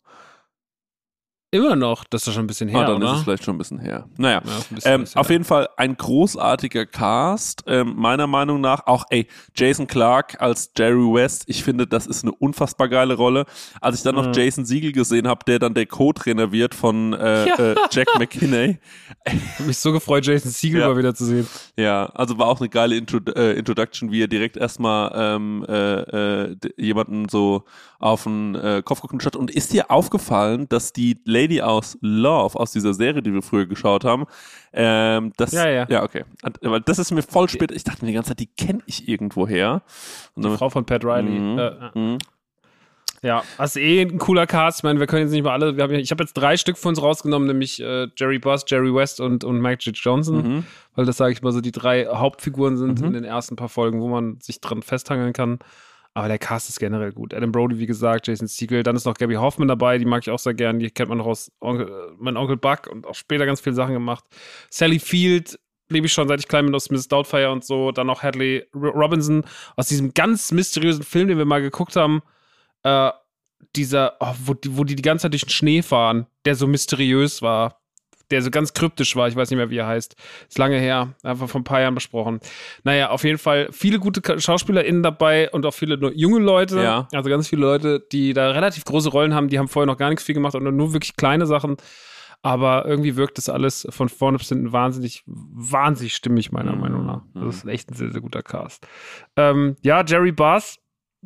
Immer noch, das ist doch schon ein bisschen her, ah, dann oder? ist es vielleicht schon ein bisschen her. Naja, ja, ein bisschen, ähm, bisschen auf jeden Fall ein großartiger Cast, ähm, meiner Meinung nach. Auch, ey, Jason Clarke als Jerry West, ich finde, das ist eine unfassbar geile Rolle. Als ich dann noch mhm. Jason Siegel gesehen habe, der dann der Co-Trainer wird von äh, ja. äh, Jack McKinney. Ich habe mich so gefreut, Jason Siegel ja. mal wieder zu sehen. Ja, also war auch eine geile Intro äh, Introduction, wie er direkt erstmal ähm, äh, äh, jemanden so auf den äh, Kopf geknutscht hat. Und ist dir aufgefallen, dass die Lady aus Love, aus dieser Serie, die wir früher geschaut haben, ähm, das, ja, ja. ja, okay. Weil das ist mir voll spät, ich dachte mir die ganze Zeit, die kenne ich irgendwo her. Und Die dann, Frau von Pat Riley. Mhm, äh, mhm. Ja, das ist eh ein cooler Cast. Ich meine, wir können jetzt nicht mal alle, wir haben, ich habe jetzt drei Stück von uns rausgenommen, nämlich äh, Jerry Buss, Jerry West und, und Magic Johnson, Mhm. weil das, sage ich mal, so die drei Hauptfiguren sind Mhm. in den ersten paar Folgen, wo man sich dran festhangeln kann. Aber der Cast ist generell gut. Adam Brody, wie gesagt, Jason Segel, dann ist noch Gabby Hoffman dabei, die mag ich auch sehr gern, die kennt man noch aus Onkel, äh, mein Onkel Buck und auch später ganz viele Sachen gemacht. Sally Field liebe ich schon, seit ich klein bin, aus Missus Doubtfire und so. Dann noch Hadley Robinson aus diesem ganz mysteriösen Film, den wir mal geguckt haben. Äh, dieser, oh, wo, die, wo die die ganze Zeit durch den Schnee fahren, der so mysteriös war. Der so ganz kryptisch war, ich weiß nicht mehr, wie er heißt. Ist lange her, einfach vor ein paar Jahren besprochen. Naja, auf jeden Fall viele gute SchauspielerInnen dabei und auch viele junge Leute. Ja. Also ganz viele Leute, die da relativ große Rollen haben, die haben vorher noch gar nichts viel gemacht und nur wirklich kleine Sachen. Aber irgendwie wirkt das alles von vorne bis hinten wahnsinnig, wahnsinnig stimmig, meiner Mhm. Meinung nach. Das ist echt ein sehr, sehr guter Cast. Ähm, ja, Jerry Buss.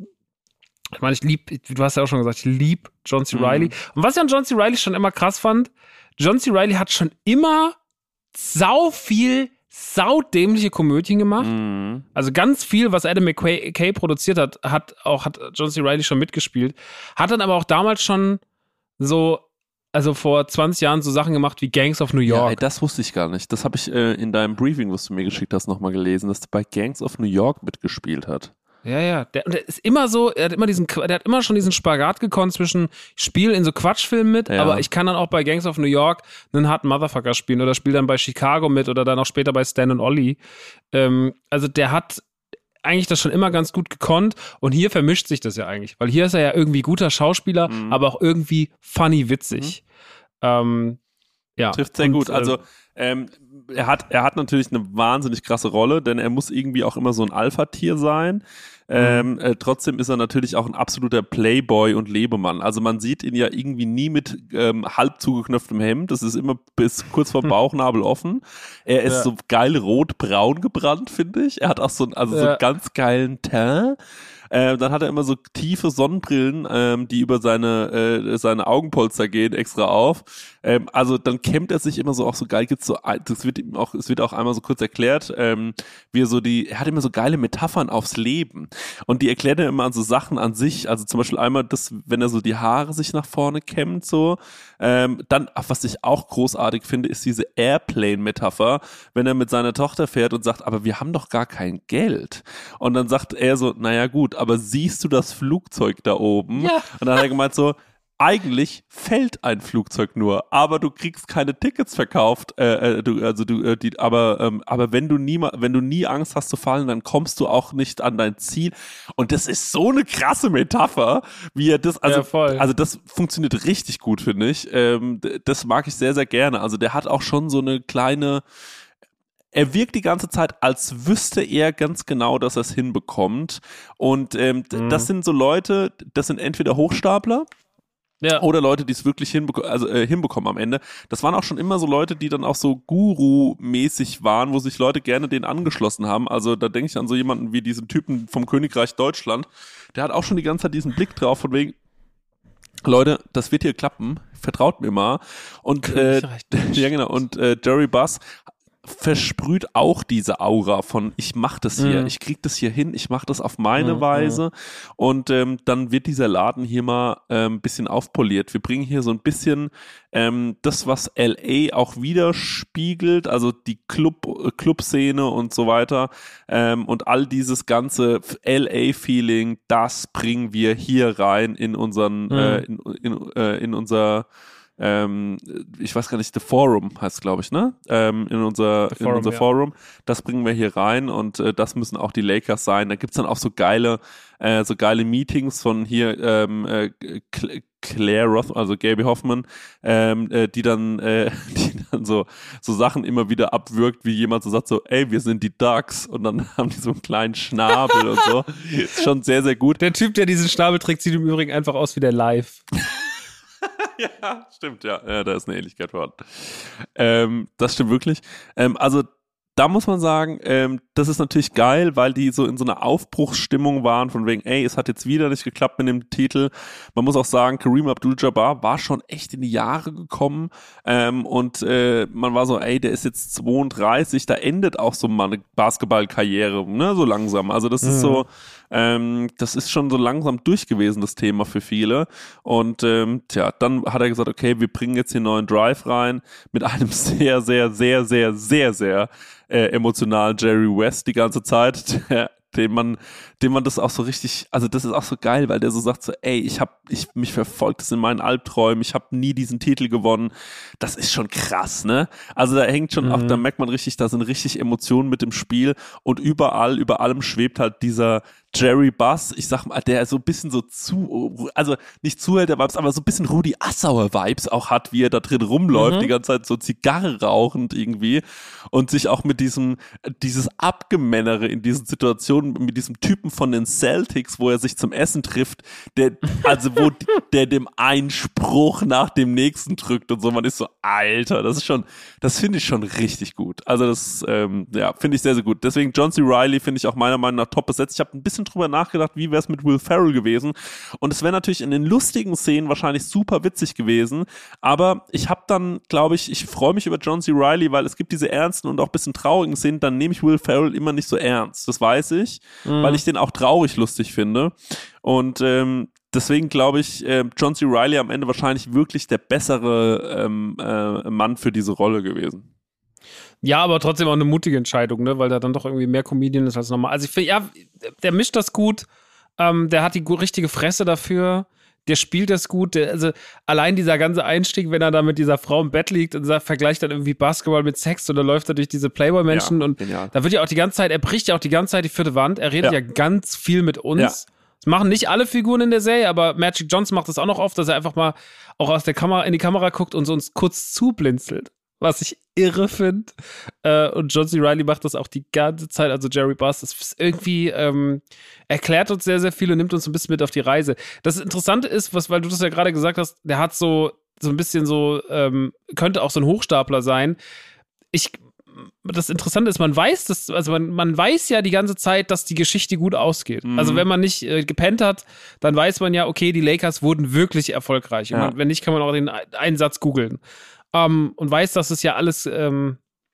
Ich meine, ich lieb, du hast ja auch schon gesagt, ich lieb John C. Mhm. Reilly. Und was ich an John C. Reilly schon immer krass fand, John C. Reilly hat schon immer sau viel, saudämliche Komödien gemacht. Mhm. Also ganz viel, was Adam McKay produziert hat, hat auch hat John C. Reilly schon mitgespielt. Hat dann aber auch damals schon so, also vor zwanzig Jahren so Sachen gemacht wie Gangs of New Ja, York. ey, das wusste ich gar nicht. Das habe ich äh, in deinem Briefing, was du mir geschickt hast, nochmal gelesen, dass der bei Gangs of New York mitgespielt hat. Ja, ja. Der, der ist immer so, er hat immer diesen, der hat immer schon diesen Spagat gekonnt zwischen, ich spiele in so Quatschfilmen mit, Ja. aber ich kann dann auch bei Gangs of New York einen harten Motherfucker spielen oder spiele dann bei Chicago mit oder dann auch später bei Stan und Ollie. Ähm, also der hat eigentlich das schon immer ganz gut gekonnt und hier vermischt sich das ja eigentlich, weil hier ist er ja irgendwie guter Schauspieler, Mhm. aber auch irgendwie funny witzig. Mhm. Ähm, Ja. Trifft sehr und, gut. Also, äh, ähm, er hat, er hat natürlich eine wahnsinnig krasse Rolle, denn er muss irgendwie auch immer so ein Alpha-Tier sein. Ähm, äh, trotzdem ist er natürlich auch ein absoluter Playboy und Lebemann. Also man sieht ihn ja irgendwie nie mit ähm, halb zugeknöpftem Hemd. Das ist immer bis kurz vor Bauchnabel offen. Er ist Ja. so geil rot-braun gebrannt, finde ich. Er hat auch so, also so Ja. einen ganz geilen Teint. Äh, dann hat er immer so tiefe Sonnenbrillen, ähm, die über seine äh, seine Augenpolster gehen, extra auf. Ähm, also dann kämmt er sich immer so auch so geil, gibt's so, das wird ihm auch, es wird auch einmal so kurz erklärt, ähm, wie er so die, er hat immer so geile Metaphern aufs Leben und die erklärt er immer an so Sachen an sich. Also zum Beispiel einmal das, wenn er so die Haare sich nach vorne kämmt, so. Ähm, dann, was ich auch großartig finde, ist diese Airplane-Metapher, wenn er mit seiner Tochter fährt und sagt, aber wir haben doch gar kein Geld. Und dann sagt er so, naja gut, aber siehst du das Flugzeug da oben? Ja. Und dann hat er gemeint so, eigentlich fällt ein Flugzeug nur, aber du kriegst keine Tickets verkauft. Äh, äh, du, also du, äh, die, aber ähm, aber wenn du nie, wenn du nie Angst hast zu fallen, dann kommst du auch nicht an dein Ziel. Und das ist so eine krasse Metapher, wie er das, also Ja, voll. also das funktioniert richtig gut, finde ich. Ähm, das mag ich sehr sehr gerne. Also der hat auch schon so eine kleine. Er wirkt die ganze Zeit, als wüsste er ganz genau, dass er es hinbekommt. Und ähm, Mhm. das sind so Leute, das sind entweder Hochstapler. Ja. Oder Leute, die es wirklich hinbeko- also, äh, hinbekommen am Ende. Das waren auch schon immer so Leute, die dann auch so Guru-mäßig waren, wo sich Leute gerne denen angeschlossen haben. Also da denke ich an so jemanden wie diesen Typen vom Königreich Deutschland. Der hat auch schon die ganze Zeit diesen Blick drauf, von wegen, Leute, das wird hier klappen, vertraut mir mal. Und äh, Königreich ja genau, und äh, Jerry Buss versprüht auch diese Aura von ich mach das hier, Mhm. ich krieg das hier hin, ich mach das auf meine Mhm. Weise und ähm, dann wird dieser Laden hier mal ein ähm, bisschen aufpoliert. Wir bringen hier so ein bisschen ähm, das, was L A auch widerspiegelt, also die Club, äh, Clubszene und so weiter ähm, und all dieses ganze L A-Feeling, das bringen wir hier rein in unseren, Mhm. äh, in, in, äh, in unser Ähm, ich weiß gar nicht, The Forum heißt glaube ich, ne? Ähm, in unser, The Forum, in unser ja. Forum. Das bringen wir hier rein und äh, das müssen auch die Lakers sein. Da gibt's dann auch so geile, äh, so geile Meetings von hier ähm, äh, Cl- Claire Roth, also Gaby Hoffmann, ähm, äh, die dann, äh, die dann so, so Sachen immer wieder abwirkt, wie jemand so sagt so, ey, wir sind die Ducks und dann haben die so einen kleinen Schnabel und so. Ist schon sehr, sehr gut. Der Typ, der diesen Schnabel trägt, sieht im Übrigen einfach aus wie der Live. Ja, stimmt, ja. Ja, da ist eine Ähnlichkeit vorhanden. Ähm, das stimmt wirklich. Ähm, also da muss man sagen, ähm, das ist natürlich geil, weil die so in so einer Aufbruchsstimmung waren, von wegen, ey, es hat jetzt wieder nicht geklappt mit dem Titel. Man muss auch sagen, Kareem Abdul-Jabbar war schon echt in die Jahre gekommen ähm, und äh, man war so, ey, der ist jetzt zweiunddreißig, da endet auch so mal eine Basketballkarriere, ne, so langsam. Also das Mhm. ist so, ähm, das ist schon so langsam durch gewesen, das Thema für viele. Und ähm, tja, dann hat er gesagt, okay, wir bringen jetzt hier einen neuen Drive rein mit einem sehr, sehr, sehr, sehr, sehr, sehr äh, emotionalen Jerry West die ganze Zeit, der, den man, dem man das auch so richtig, also das ist auch so geil, weil der so sagt so, ey, ich hab, ich, mich verfolgt das in meinen Albträumen, ich habe nie diesen Titel gewonnen. Das ist schon krass, ne? Also da hängt schon, Mhm. auch da merkt man richtig, da sind richtig Emotionen mit dem Spiel und überall, über allem schwebt halt dieser Jerry Buss, ich sag mal, der so ein bisschen so zu, also nicht Zuhälter-Vibes, aber so ein bisschen Rudi Assauer-Vibes auch hat, wie er da drin rumläuft, Mhm. die ganze Zeit so Zigarre rauchend irgendwie und sich auch mit diesem, dieses Abgemännere in diesen Situationen, mit diesem Typen von den Celtics, wo er sich zum Essen trifft, der, also wo der dem einen Spruch nach dem nächsten drückt und so, man ist so, Alter, das ist schon, das finde ich schon richtig gut. Also das, ähm, ja, finde ich sehr, sehr gut. Deswegen John C. Reilly finde ich auch meiner Meinung nach top besetzt. Ich habe ein bisschen drüber nachgedacht, wie wäre es mit Will Ferrell gewesen. Und es wäre natürlich in den lustigen Szenen wahrscheinlich super witzig gewesen. Aber ich habe dann, glaube ich, ich freue mich über John C. Reilly, weil es gibt diese ernsten und auch ein bisschen traurigen Szenen. Dann nehme ich Will Ferrell immer nicht so ernst. Das weiß ich, Mhm. weil ich den auch traurig lustig finde. Und ähm, deswegen glaube ich, äh, John C. Reilly am Ende wahrscheinlich wirklich der bessere ähm, äh, Mann für diese Rolle gewesen. Ja, aber trotzdem auch eine mutige Entscheidung, ne? Weil der dann doch irgendwie mehr Comedian ist als normal. Also ich finde, ja, der mischt das gut. Ähm, der hat die gu- richtige Fresse dafür. Der spielt das gut. Der, also allein dieser ganze Einstieg, wenn er da mit dieser Frau im Bett liegt und sagt, vergleicht dann irgendwie Basketball mit Sex oder läuft er durch diese Playboy-Menschen Ja, und genial. da wird ja auch die ganze Zeit, er bricht ja auch die ganze Zeit die vierte Wand. Er redet ja, Ja. ganz viel mit uns. Ja. Das machen nicht alle Figuren in der Serie, aber Magic Johnson macht das auch noch oft, dass er einfach mal auch aus der Kamera in die Kamera guckt und so uns kurz zublinzelt. Was ich irre finde. Äh, und John C. Reilly macht das auch die ganze Zeit, also Jerry Buss. Das ist irgendwie, ähm, erklärt uns sehr, sehr viel und nimmt uns ein bisschen mit auf die Reise. Das Interessante ist, was, weil du das ja gerade gesagt hast, der hat so, so ein bisschen so, ähm, könnte auch so ein Hochstapler sein. Ich, das Interessante ist, man weiß das, also man, man weiß ja die ganze Zeit, dass die Geschichte gut ausgeht. Mhm. Also wenn man nicht äh, gepennt hat, dann weiß man ja, okay, die Lakers wurden wirklich erfolgreich. Ja. Und wenn nicht, kann man auch den einen Satz googeln. Um, und weiß, dass es ja alles ähm,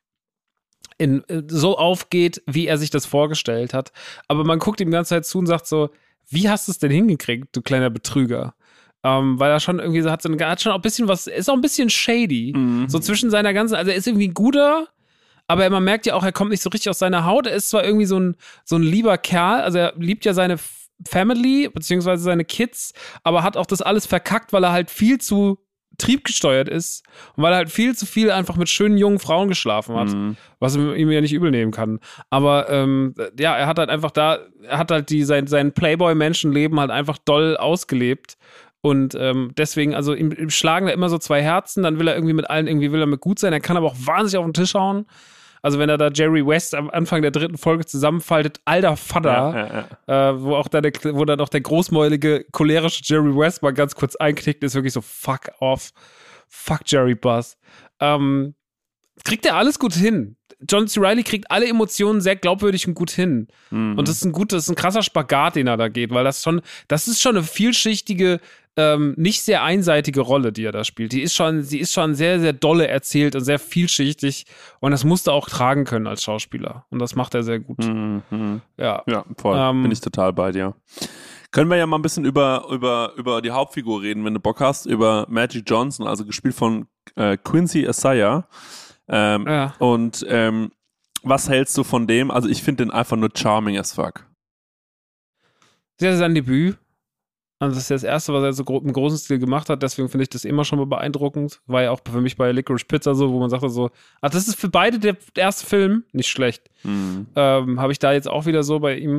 in, so aufgeht, wie er sich das vorgestellt hat. Aber man guckt ihm die ganze Zeit zu und sagt so, wie hast du es denn hingekriegt, du kleiner Betrüger? Um, weil er schon irgendwie so hat, so, hat schon auch ein bisschen was, ist auch ein bisschen shady. Mhm. So zwischen seiner ganzen, also er ist irgendwie ein guter, aber man merkt ja auch, er kommt nicht so richtig aus seiner Haut. Er ist zwar irgendwie so ein, so ein lieber Kerl, also er liebt ja seine Family, beziehungsweise seine Kids, aber hat auch das alles verkackt, weil er halt viel zu triebgesteuert ist und weil er halt viel zu viel einfach mit schönen jungen Frauen geschlafen hat, mhm. was man ihm ja nicht übel nehmen kann. Aber ähm, ja, er hat halt einfach da, er hat halt die, sein, sein Playboy-Menschenleben halt einfach doll ausgelebt und ähm, deswegen, also ihm, ihm schlagen da immer so zwei Herzen, dann will er irgendwie mit allen, irgendwie will er mit gut sein, er kann aber auch wahnsinnig auf den Tisch hauen. Also wenn er da Jerry West am Anfang der dritten Folge zusammenfaltet, alter Vater, ja, ja, ja. Äh, wo auch da der, wo dann auch der großmäulige, cholerische Jerry West mal ganz kurz einknickt, ist wirklich so fuck off, fuck Jerry Buss. Ähm, kriegt er alles gut hin. John C. Reilly kriegt alle Emotionen sehr glaubwürdig und gut hin. Mhm. Und das ist ein gut, das ist ein krasser Spagat, den er da geht, weil das schon, das ist schon eine vielschichtige, ähm, nicht sehr einseitige Rolle, die er da spielt. Die ist schon, sie ist schon sehr, sehr dolle erzählt und sehr vielschichtig und das musste auch tragen können als Schauspieler. Und das macht er sehr gut. Mhm. Ja. Ja, voll. Ähm, Bin ich total bei dir. Können wir ja mal ein bisschen über, über, über die Hauptfigur reden, wenn du Bock hast, über Magic Johnson, also gespielt von äh, Quincy Isaiah. Ähm, ja. Und ähm, was hältst du von dem? Also ich finde den einfach nur charming as fuck. Das ist sein Debüt. Also das ist das Erste, was er so gro- im großen Stil gemacht hat, deswegen finde ich das immer schon mal beeindruckend. War ja auch für mich bei Licorice Pizza so, wo man sagte so, ach, das ist für beide der erste Film, nicht schlecht. Mhm. Ähm, habe ich da jetzt auch wieder so bei ihm.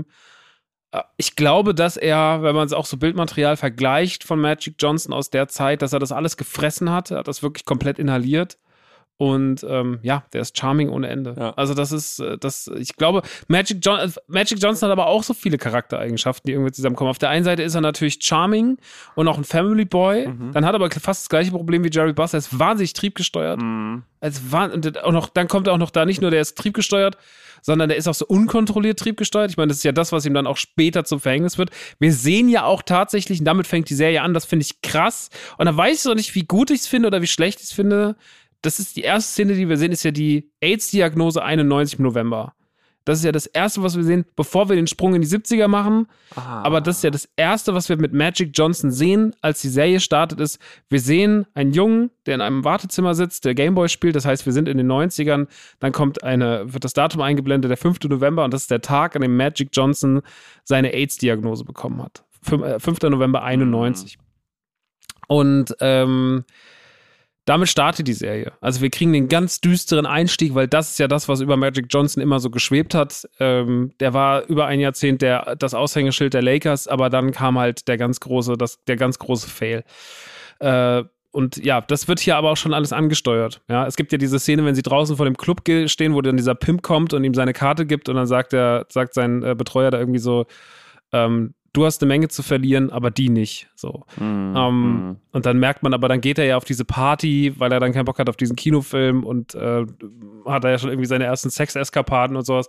Ich glaube, dass er, wenn man es auch so Bildmaterial vergleicht von Magic Johnson aus der Zeit, dass er das alles gefressen hat, er hat das wirklich komplett inhaliert. Und ähm, ja, der ist charming ohne Ende. Ja. Also das ist, das, ich glaube, Magic, John, Magic Johnson hat aber auch so viele Charaktereigenschaften, die irgendwie zusammenkommen. Auf der einen Seite ist er natürlich charming und auch ein Family Boy. Mhm. Dann hat er aber fast das gleiche Problem wie Jerry Buss. Er ist wahnsinnig triebgesteuert. Mhm. Als und auch noch, dann kommt er auch noch da, nicht nur der ist triebgesteuert, sondern der ist auch so unkontrolliert triebgesteuert. Ich meine, das ist ja das, was ihm dann auch später zum Verhängnis wird. Wir sehen ja auch tatsächlich, und damit fängt die Serie an, das finde ich krass. Und da weiß ich auch nicht, wie gut ich es finde oder wie schlecht ich es finde. Das ist die erste Szene, die wir sehen, ist ja die AIDS-Diagnose einundneunzig im November. Das ist ja das Erste, was wir sehen, bevor wir den Sprung in die siebziger machen. Ah. Aber das ist ja das Erste, was wir mit Magic Johnson sehen, als die Serie startet, ist, wir sehen einen Jungen, der in einem Wartezimmer sitzt, der Gameboy spielt. Das heißt, wir sind in den neunzigern. Dann kommt eine, wird das Datum eingeblendet, der fünfte November. Und das ist der Tag, an dem Magic Johnson seine AIDS-Diagnose bekommen hat. fünfter November einundneunzig. Mhm. Und, ähm, damit startet die Serie. Also wir kriegen den ganz düsteren Einstieg, weil das ist ja das, was über Magic Johnson immer so geschwebt hat. Ähm, der war über ein Jahrzehnt der, das Aushängeschild der Lakers, aber dann kam halt der ganz große, das, der ganz große Fail. Äh, und ja, das wird hier aber auch schon alles angesteuert. Ja, es gibt ja diese Szene, wenn sie draußen vor dem Club stehen, wo dann dieser Pimp kommt und ihm seine Karte gibt und dann sagt er, sagt sein äh, Betreuer da irgendwie so, ähm, du hast eine Menge zu verlieren, aber die nicht. So. Mm, ähm, mm. Und dann merkt man, aber dann geht er ja auf diese Party, weil er dann keinen Bock hat auf diesen Kinofilm und äh, hat er ja schon irgendwie seine ersten Sex-Eskapaden und sowas.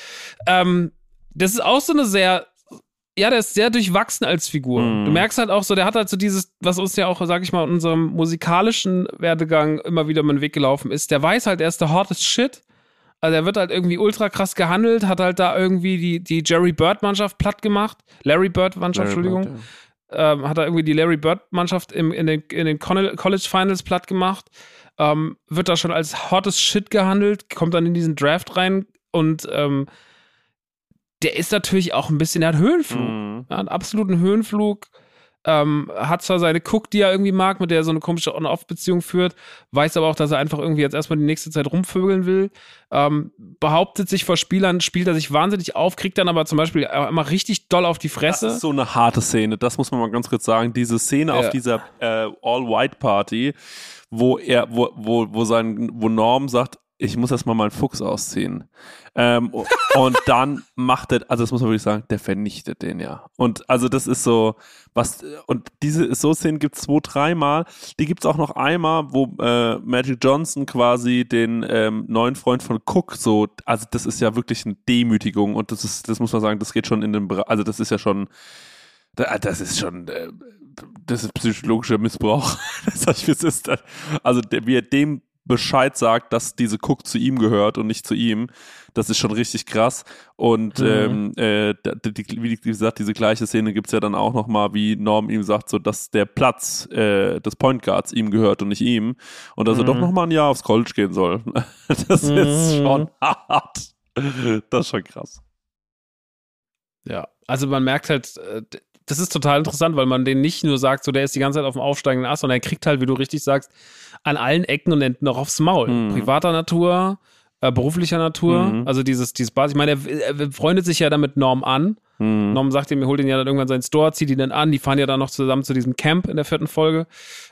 Ähm, das ist auch so eine sehr, ja, der ist sehr durchwachsen als Figur. Mm. Du merkst halt auch so, der hat halt so dieses, was uns ja auch, sag ich mal, in unserem musikalischen Werdegang immer wieder über den Weg gelaufen ist, der weiß halt, er ist der hottest Shit. Also er wird halt irgendwie ultra krass gehandelt, hat halt da irgendwie die, die Jerry Bird-Mannschaft platt gemacht. Larry Bird-Mannschaft, Entschuldigung. Bird, ja. ähm, hat er irgendwie die Larry Bird-Mannschaft im, in den, in den College Finals platt gemacht. Ähm, wird da schon als hottest Shit gehandelt, kommt dann in diesen Draft rein und ähm, der ist natürlich auch ein bisschen, der hat Höhenflug. Mhm. Ja, einen absoluten Höhenflug. ähm, hat zwar seine Cook, die er irgendwie mag, mit der er so eine komische On-Off-Beziehung führt, weiß aber auch, dass er einfach irgendwie jetzt erstmal die nächste Zeit rumvögeln will, ähm, behauptet sich vor Spielern, spielt er sich wahnsinnig auf, kriegt dann aber zum Beispiel immer richtig doll auf die Fresse. Das ist so eine harte Szene, das muss man mal ganz kurz sagen. Diese Szene ja. auf dieser äh, All-White-Party, wo er, wo, wo, wo sein, wo Norm sagt, ich muss erst mal meinen Fuchs ausziehen. Ähm, und dann macht er, also das muss man wirklich sagen, der vernichtet den ja. Und also das ist so, was, und diese so Szenen gibt es zwei, dreimal. Die gibt es auch noch einmal, wo äh, Magic Johnson quasi den ähm, neuen Freund von Cook so, also das ist ja wirklich eine Demütigung und das ist, das muss man sagen, das geht schon in den Bereich, also das ist ja schon, das ist schon, das ist psychologischer Missbrauch. Das sag ich, wie es ist. Also der, wie er dem Bescheid sagt, dass diese Cook zu ihm gehört und nicht zu ihm. Das ist schon richtig krass. Und mhm. ähm, äh, die, wie gesagt, diese gleiche Szene gibt's ja dann auch nochmal, wie Norm ihm sagt, so dass der Platz äh, des Point Guards ihm gehört und nicht ihm. Und dass mhm. er doch nochmal ein Jahr aufs College gehen soll. Das mhm. ist schon hart. Das ist schon krass. Ja, also man merkt halt, das ist total interessant, weil man den nicht nur sagt, so der ist die ganze Zeit auf dem aufsteigenden Ast, sondern er kriegt halt, wie du richtig sagst, an allen Ecken und Enden noch aufs Maul. Mhm. Privater Natur, äh, beruflicher Natur, mhm. also dieses, dieses Basis. Ich meine, er, er freundet sich ja dann mit Norm an. Mhm. Norm sagt ihm, er holt ihn ja dann irgendwann seinen Store, zieht ihn dann an, die fahren ja dann noch zusammen zu diesem Camp in der vierten Folge.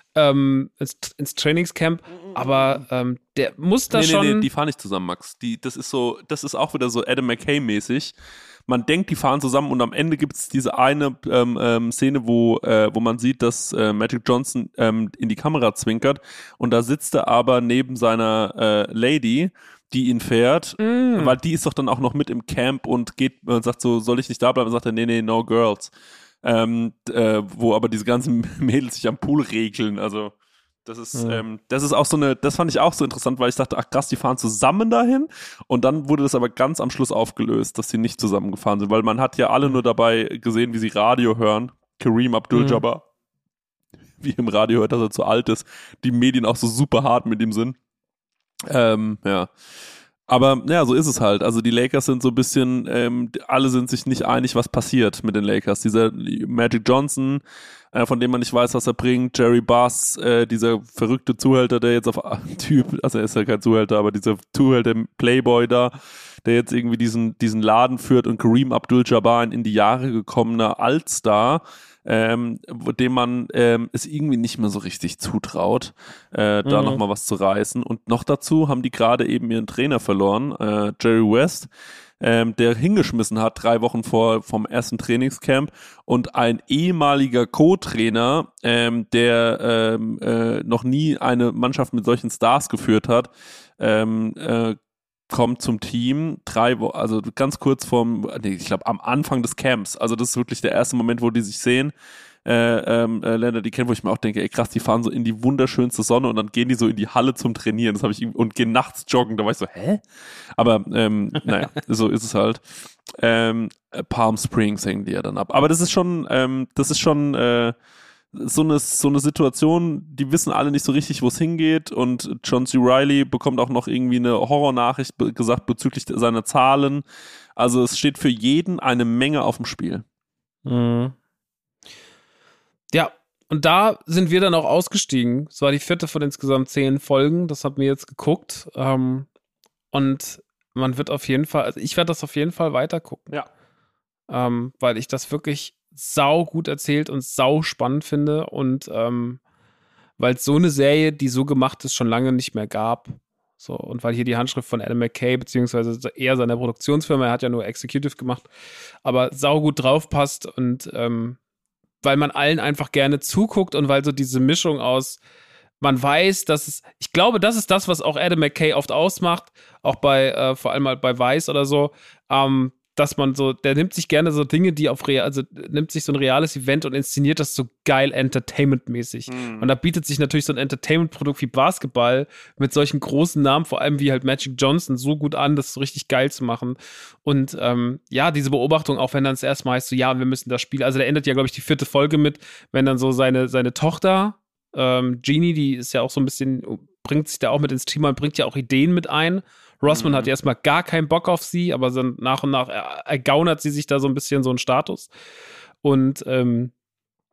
Ähm, ins, ins Trainingscamp, aber ähm, der muss da nee, schon... Nee, nee, die fahren nicht zusammen, Max. Die, das ist so, das ist auch wieder so Adam McKay-mäßig. Man denkt, die fahren zusammen und am Ende gibt es diese eine ähm, ähm, Szene, wo, äh, wo man sieht, dass äh, Magic Johnson ähm, in die Kamera zwinkert und da sitzt er aber neben seiner äh, Lady, die ihn fährt, mm. weil die ist doch dann auch noch mit im Camp und geht und sagt so, soll ich nicht da bleiben? Und sagt er, nee, nee, no girls. Ähm, äh, wo aber diese ganzen Mädels sich am Pool regeln, also das ist, mhm. ähm, das ist auch so eine, das fand ich auch so interessant, weil ich dachte, ach krass, die fahren zusammen dahin und dann wurde das aber ganz am Schluss aufgelöst, dass sie nicht zusammengefahren sind, weil man hat ja alle nur dabei gesehen, wie sie Radio hören, Kareem Abdul-Jabbar, mhm. wie im Radio hört, dass er zu alt ist, die Medien auch so super hart mit ihm sind, ähm, ja. Aber ja, so ist es halt. Also die Lakers sind so ein bisschen, ähm, alle sind sich nicht einig, was passiert mit den Lakers. Dieser Magic Johnson, äh, von dem man nicht weiß, was er bringt, Jerry Buss, äh, dieser verrückte Zuhälter, der jetzt auf Typ, also er ist ja kein Zuhälter, aber dieser Zuhälter Playboy da, der jetzt irgendwie diesen diesen Laden führt und Kareem Abdul-Jabbar, ein in die Jahre gekommener Altstar, ähm, dem man ähm, es irgendwie nicht mehr so richtig zutraut, äh, da mhm. nochmal was zu reißen. Und noch dazu haben die gerade eben ihren Trainer verloren, äh, Jerry West, ähm, der hingeschmissen hat, drei Wochen vor vom ersten Trainingscamp und ein ehemaliger Co-Trainer, ähm, der ähm, äh, noch nie eine Mannschaft mit solchen Stars geführt hat, ähm, äh, kommt zum Team, drei Wochen, also ganz kurz vorm, nee, ich glaube am Anfang des Camps, also das ist wirklich der erste Moment, wo die sich sehen, äh, ähm, äh, Länder, die kennen, wo ich mir auch denke, ey krass, die fahren so in die wunderschönste Sonne und dann gehen die so in die Halle zum Trainieren, das habe ich, und gehen nachts joggen, da war ich so, hä? Aber, ähm, naja, so ist es halt. Ähm, Palm Springs hängen die ja dann ab, aber das ist schon, ähm, das ist schon, äh, so eine, so eine Situation, die wissen alle nicht so richtig, wo es hingeht und John C. Reilly bekommt auch noch irgendwie eine Horrornachricht be- gesagt bezüglich seiner Zahlen. Also es steht für jeden eine Menge auf dem Spiel. Mhm. Ja, und da sind wir dann auch ausgestiegen. Es war die vierte von insgesamt zehn Folgen, das haben wir jetzt geguckt. Ähm, und man wird auf jeden Fall, also ich werde das auf jeden Fall weiter gucken. Ja. Ähm, weil ich das wirklich sau gut erzählt und sau spannend finde und ähm, weil es so eine Serie, die so gemacht ist, schon lange nicht mehr gab. So, und weil hier die Handschrift von Adam McKay, beziehungsweise eher seiner Produktionsfirma, er hat ja nur Executive gemacht, aber sau gut draufpasst und ähm, weil man allen einfach gerne zuguckt und weil so diese Mischung aus, man weiß, dass es, ich glaube, das ist das, was auch Adam McKay oft ausmacht, auch bei, äh, vor allem halt bei Vice oder so, ähm, dass man so, der nimmt sich gerne so Dinge, die auf real, also nimmt sich so ein reales Event und inszeniert das so geil Entertainment-mäßig. Mhm. Und da bietet sich natürlich so ein Entertainment-Produkt wie Basketball mit solchen großen Namen, vor allem wie halt Magic Johnson, so gut an, das so richtig geil zu machen. Und ähm, ja, diese Beobachtung, auch wenn dann es erstmal heißt, so ja, wir müssen das Spiel, also da endet ja, glaube ich, die vierte Folge mit, wenn dann so seine, seine Tochter, ähm, Jeannie, die ist ja auch so ein bisschen, bringt sich da auch mit ins Team und bringt ja auch Ideen mit ein. Rossman mhm. hat erstmal gar keinen Bock auf sie, aber dann nach und nach ergaunert sie sich da so ein bisschen so einen Status. Und ähm,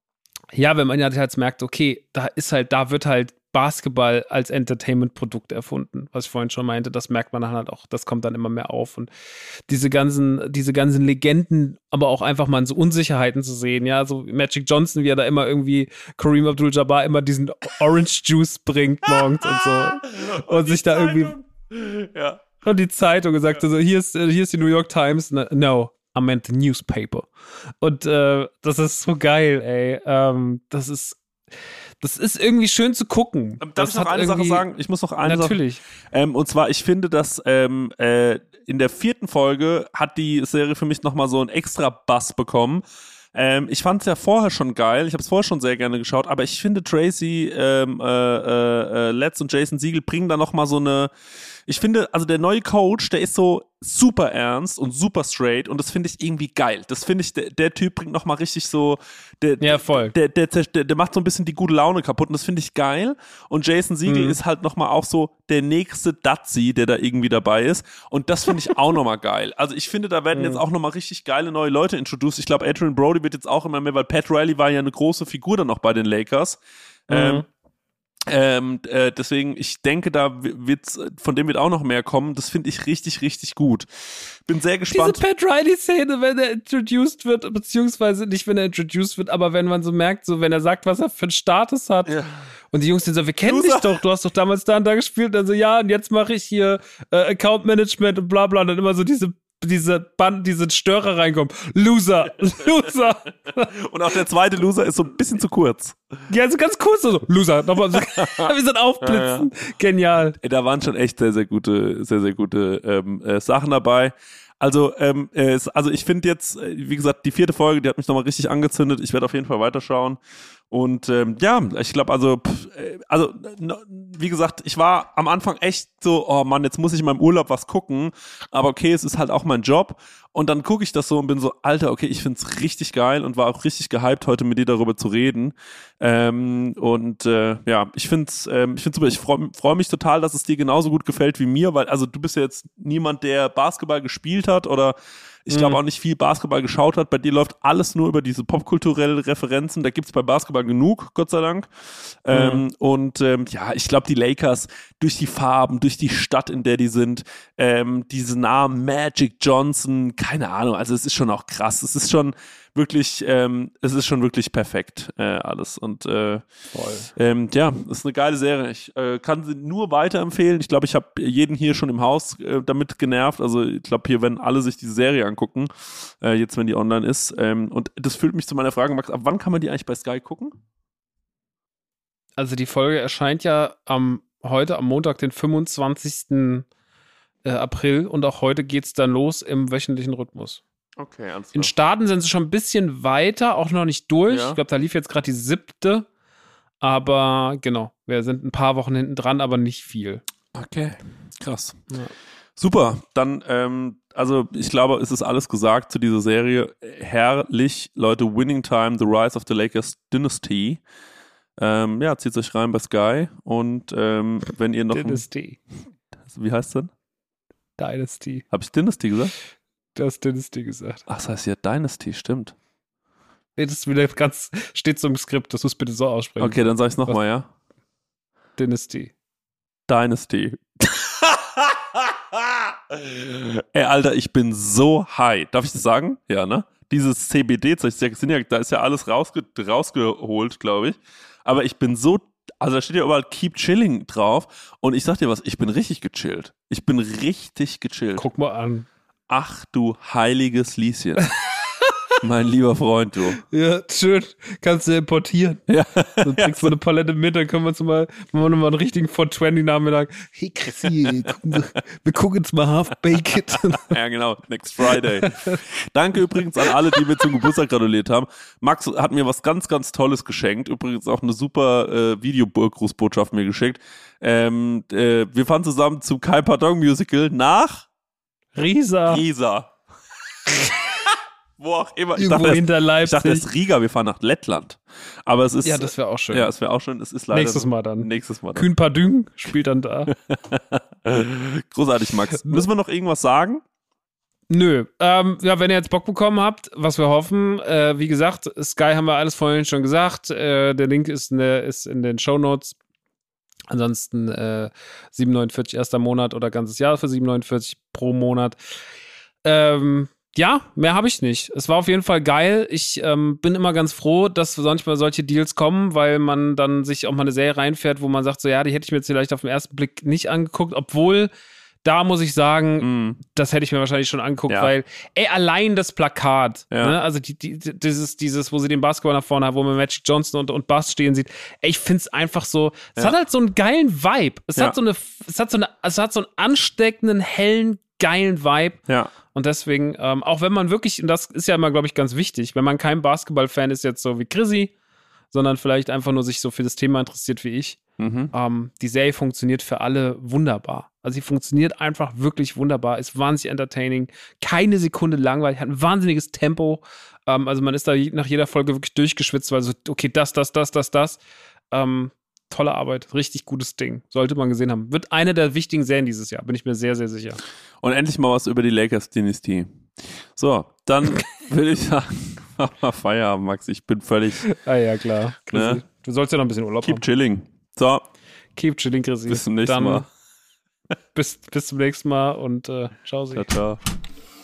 Ja, wenn man ja halt merkt, okay, da ist halt, da wird halt Basketball als Entertainment-Produkt erfunden, was ich vorhin schon meinte, das merkt man dann halt auch, das kommt dann immer mehr auf und diese ganzen, diese ganzen Legenden, aber auch einfach mal so Unsicherheiten zu sehen, ja, so Magic Johnson, wie er da immer irgendwie Kareem Abdul-Jabbar immer diesen Orange Juice bringt morgens und so und, und sich da Zeitung. irgendwie ja. und die Zeitung gesagt ja. so, hier ist, hier ist die New York Times, no, I meant the newspaper und äh, das ist so geil, ey, ähm, das ist Das ist irgendwie schön zu gucken. Darf das ich noch eine Sache sagen? Ich muss noch eine natürlich. Sache. Ähm, und zwar, ich finde, dass ähm, äh, in der vierten Folge hat die Serie für mich nochmal so einen extra Bass bekommen. Ähm, ich fand es ja vorher schon geil. Ich habe es vorher schon sehr gerne geschaut. Aber ich finde, Tracy, ähm, äh, äh, Letts und Jason Segel bringen da nochmal so eine... Ich finde, also der neue Coach, der ist so super ernst und super straight und das finde ich irgendwie geil. Das finde ich, der, der Typ bringt nochmal richtig so, der, ja, voll. Der, der, der, der macht so ein bisschen die gute Laune kaputt und das finde ich geil. Und Jason Segel mhm. ist halt nochmal auch so der nächste Dutzy, der da irgendwie dabei ist und das finde ich auch nochmal geil. Also ich finde, da werden mhm. jetzt auch nochmal richtig geile neue Leute introduced. Ich glaube, Adrian Brody wird jetzt auch immer mehr, weil Pat Riley war ja eine große Figur dann noch bei den Lakers. Mhm. Ähm, Ähm, äh, deswegen, ich denke, da wird's, von dem wird auch noch mehr kommen. Das finde ich richtig, richtig gut. Bin sehr gespannt. Diese Pat Riley-Szene, wenn er introduced wird, beziehungsweise nicht, wenn er introduced wird, aber wenn man so merkt, so wenn er sagt, was er für einen Status hat. Ja. Und die Jungs sind so, wir kennen Loser. dich doch, du hast doch damals da und da gespielt. Und dann so, ja, und jetzt mache ich hier äh, Account Management und bla bla. Und dann immer so diese diese Band, diese Störer reinkommen. Loser, Loser. Und auch der zweite Loser ist so ein bisschen zu kurz. Ja, so ganz kurz so, Loser. Nochmal so, wir sind aufblitzen. Ja, ja. Genial. Ey, da waren schon echt sehr, sehr gute, sehr, sehr gute ähm, äh, Sachen dabei. Also, ähm, äh, also ich finde jetzt, wie gesagt, die vierte Folge, die hat mich nochmal richtig angezündet. Ich werde auf jeden Fall weiterschauen. Und ähm, ja, ich glaube, also, pff, also wie gesagt, ich war am Anfang echt so, oh Mann, jetzt muss ich in meinem Urlaub was gucken. Aber okay, es ist halt auch mein Job. Und dann gucke ich das so und bin so, Alter, okay, ich find's richtig geil und war auch richtig gehypt, heute mit dir darüber zu reden. Ähm, und äh, ja, ich find's, ähm, ich find's super. Ich freue freu mich total, dass es dir genauso gut gefällt wie mir, weil also du bist ja jetzt niemand, der Basketball gespielt hat oder ich glaube Mhm. auch nicht viel Basketball geschaut hat. Bei dir läuft alles nur über diese popkulturellen Referenzen. Da gibt's bei Basketball genug, Gott sei Dank. Mhm. Ähm, und ähm, ja, ich glaube, die Lakers durch die Farben, durch die Stadt, in der die sind, ähm, diese Namen Magic Johnson, keine Ahnung. Also es ist schon auch krass. Es ist schon wirklich, ähm, es ist schon wirklich perfekt äh, alles. Und äh, Voll. Ähm, ja, das ist eine geile Serie. Ich äh, kann sie nur weiterempfehlen. Ich glaube, ich habe jeden hier schon im Haus äh, damit genervt. Also ich glaube, hier werden alle sich diese Serie angucken, äh, jetzt wenn die online ist. Ähm, und das führt mich zu meiner Frage, Max, ab wann kann man die eigentlich bei Sky gucken? Also die Folge erscheint ja am heute am Montag, den fünfundzwanzigsten Äh, April und auch heute geht's dann los im wöchentlichen Rhythmus. Okay, alles klar. In Staaten sind sie schon ein bisschen weiter, auch noch nicht durch. Ja. Ich glaube, da lief jetzt gerade die siebte. Aber genau, wir sind ein paar Wochen hinten dran, aber nicht viel. Okay, krass. Ja. Super, dann, ähm, also ich glaube, es ist alles gesagt zu dieser Serie. Herrlich, Leute, Winning Time, The Rise of the Lakers Dynasty. Ähm, ja, zieht euch rein bei Sky und ähm, wenn ihr noch... Dynasty. Ein, wie heißt es denn? Dynasty. Habe ich Dynasty gesagt? Du hast Dynasty gesagt. Ach, das heißt ja Dynasty, stimmt. Nee, das ist wieder ganz, steht so im Skript, dass du es bitte so aussprechen. Okay, dann sag ich es nochmal, ja? Dynasty. Dynasty. Ey, Alter, ich bin so high. Darf ich das sagen? Ja, ne? Dieses C B D-Zeug, ja, da ist ja alles rausge rausgeholt, glaube ich. Aber ich bin so, also da steht ja überall Keep Chilling drauf. Und ich sag dir was, ich bin richtig gechillt. Ich bin richtig gechillt. Guck mal an. Ach du heiliges Lieschen. Mein lieber Freund, du. Ja, schön. Kannst du importieren. Ja. Dann kriegst du eine Palette mit, dann können wir uns mal, machen wir mal einen richtigen vier zwanzig-Nachmittag. Hey Chrissy, wir gucken jetzt mal Half-Baked. Ja, genau. Next Friday. Danke übrigens an alle, die mir zum Geburtstag gratuliert haben. Max hat mir was ganz, ganz Tolles geschenkt. Übrigens auch eine super äh, Videogrußbotschaft mir geschickt. Ähm, äh, wir fahren zusammen zum Kai Pardon Musical nach Riesa. Riesa. Wo auch immer. Ich Irgendwo dachte, hinter Leipzig. Ich dachte, es ist Riga, wir fahren nach Lettland. Aber es ist. Ja, das wäre auch schön. Ja, es wäre auch schön. Es ist leider. Nächstes Mal dann. Nächstes Mal dann. Kühn Pardün spielt dann da. Großartig, Max. Müssen wir noch irgendwas sagen? Nö. Ähm, ja, wenn ihr jetzt Bock bekommen habt, was wir hoffen, äh, wie gesagt, Sky haben wir alles vorhin schon gesagt. Äh, der Link ist in, der, ist in den Shownotes. Ansonsten äh, sieben neunundvierzig erster Monat oder ganzes Jahr für sieben neunundvierzig pro Monat. Ähm, ja, mehr habe ich nicht. Es war auf jeden Fall geil. Ich ähm, bin immer ganz froh, dass manchmal solche Deals kommen, weil man dann sich auch mal eine Serie reinfährt, wo man sagt, so ja, die hätte ich mir jetzt vielleicht auf den ersten Blick nicht angeguckt, obwohl da muss ich sagen, mm. das hätte ich mir wahrscheinlich schon angeguckt, ja. weil, ey, allein das Plakat, ja. ne, also die, die, dieses, dieses, wo sie den Basketball nach vorne haben, wo man Magic Johnson und, und Bass stehen sieht, ey, ich find's einfach so, es ja. hat halt so einen geilen Vibe. Es ja. hat so eine, es hat so eine, es hat so einen ansteckenden, hellen, geilen Vibe. Ja. Und deswegen, ähm, auch wenn man wirklich, und das ist ja immer, glaube ich, ganz wichtig, wenn man kein Basketball-Fan ist jetzt so wie Chrissy, sondern vielleicht einfach nur sich so für das Thema interessiert wie ich, mhm. ähm, die Serie funktioniert für alle wunderbar. Also sie funktioniert einfach wirklich wunderbar, ist wahnsinnig entertaining, keine Sekunde langweilig, hat ein wahnsinniges Tempo. Ähm, also man ist da nach jeder Folge wirklich durchgeschwitzt, weil so, okay, das, das, das, das, das. Ähm, tolle Arbeit, richtig gutes Ding. Sollte man gesehen haben. Wird eine der wichtigen Serien dieses Jahr, bin ich mir sehr, sehr sicher. Und endlich mal was über die Lakers-Dynastie. So, dann will ich sagen, mach mal Feierabend, Max. Ich bin völlig... Ah ja, klar. Ne? Du sollst ja noch ein bisschen Urlaub Keep haben. Keep chilling. So. Keep chilling, Chrissy. Bis zum nächsten dann Mal. Bis, bis zum nächsten Mal und äh, ciao. Ciao, ciao.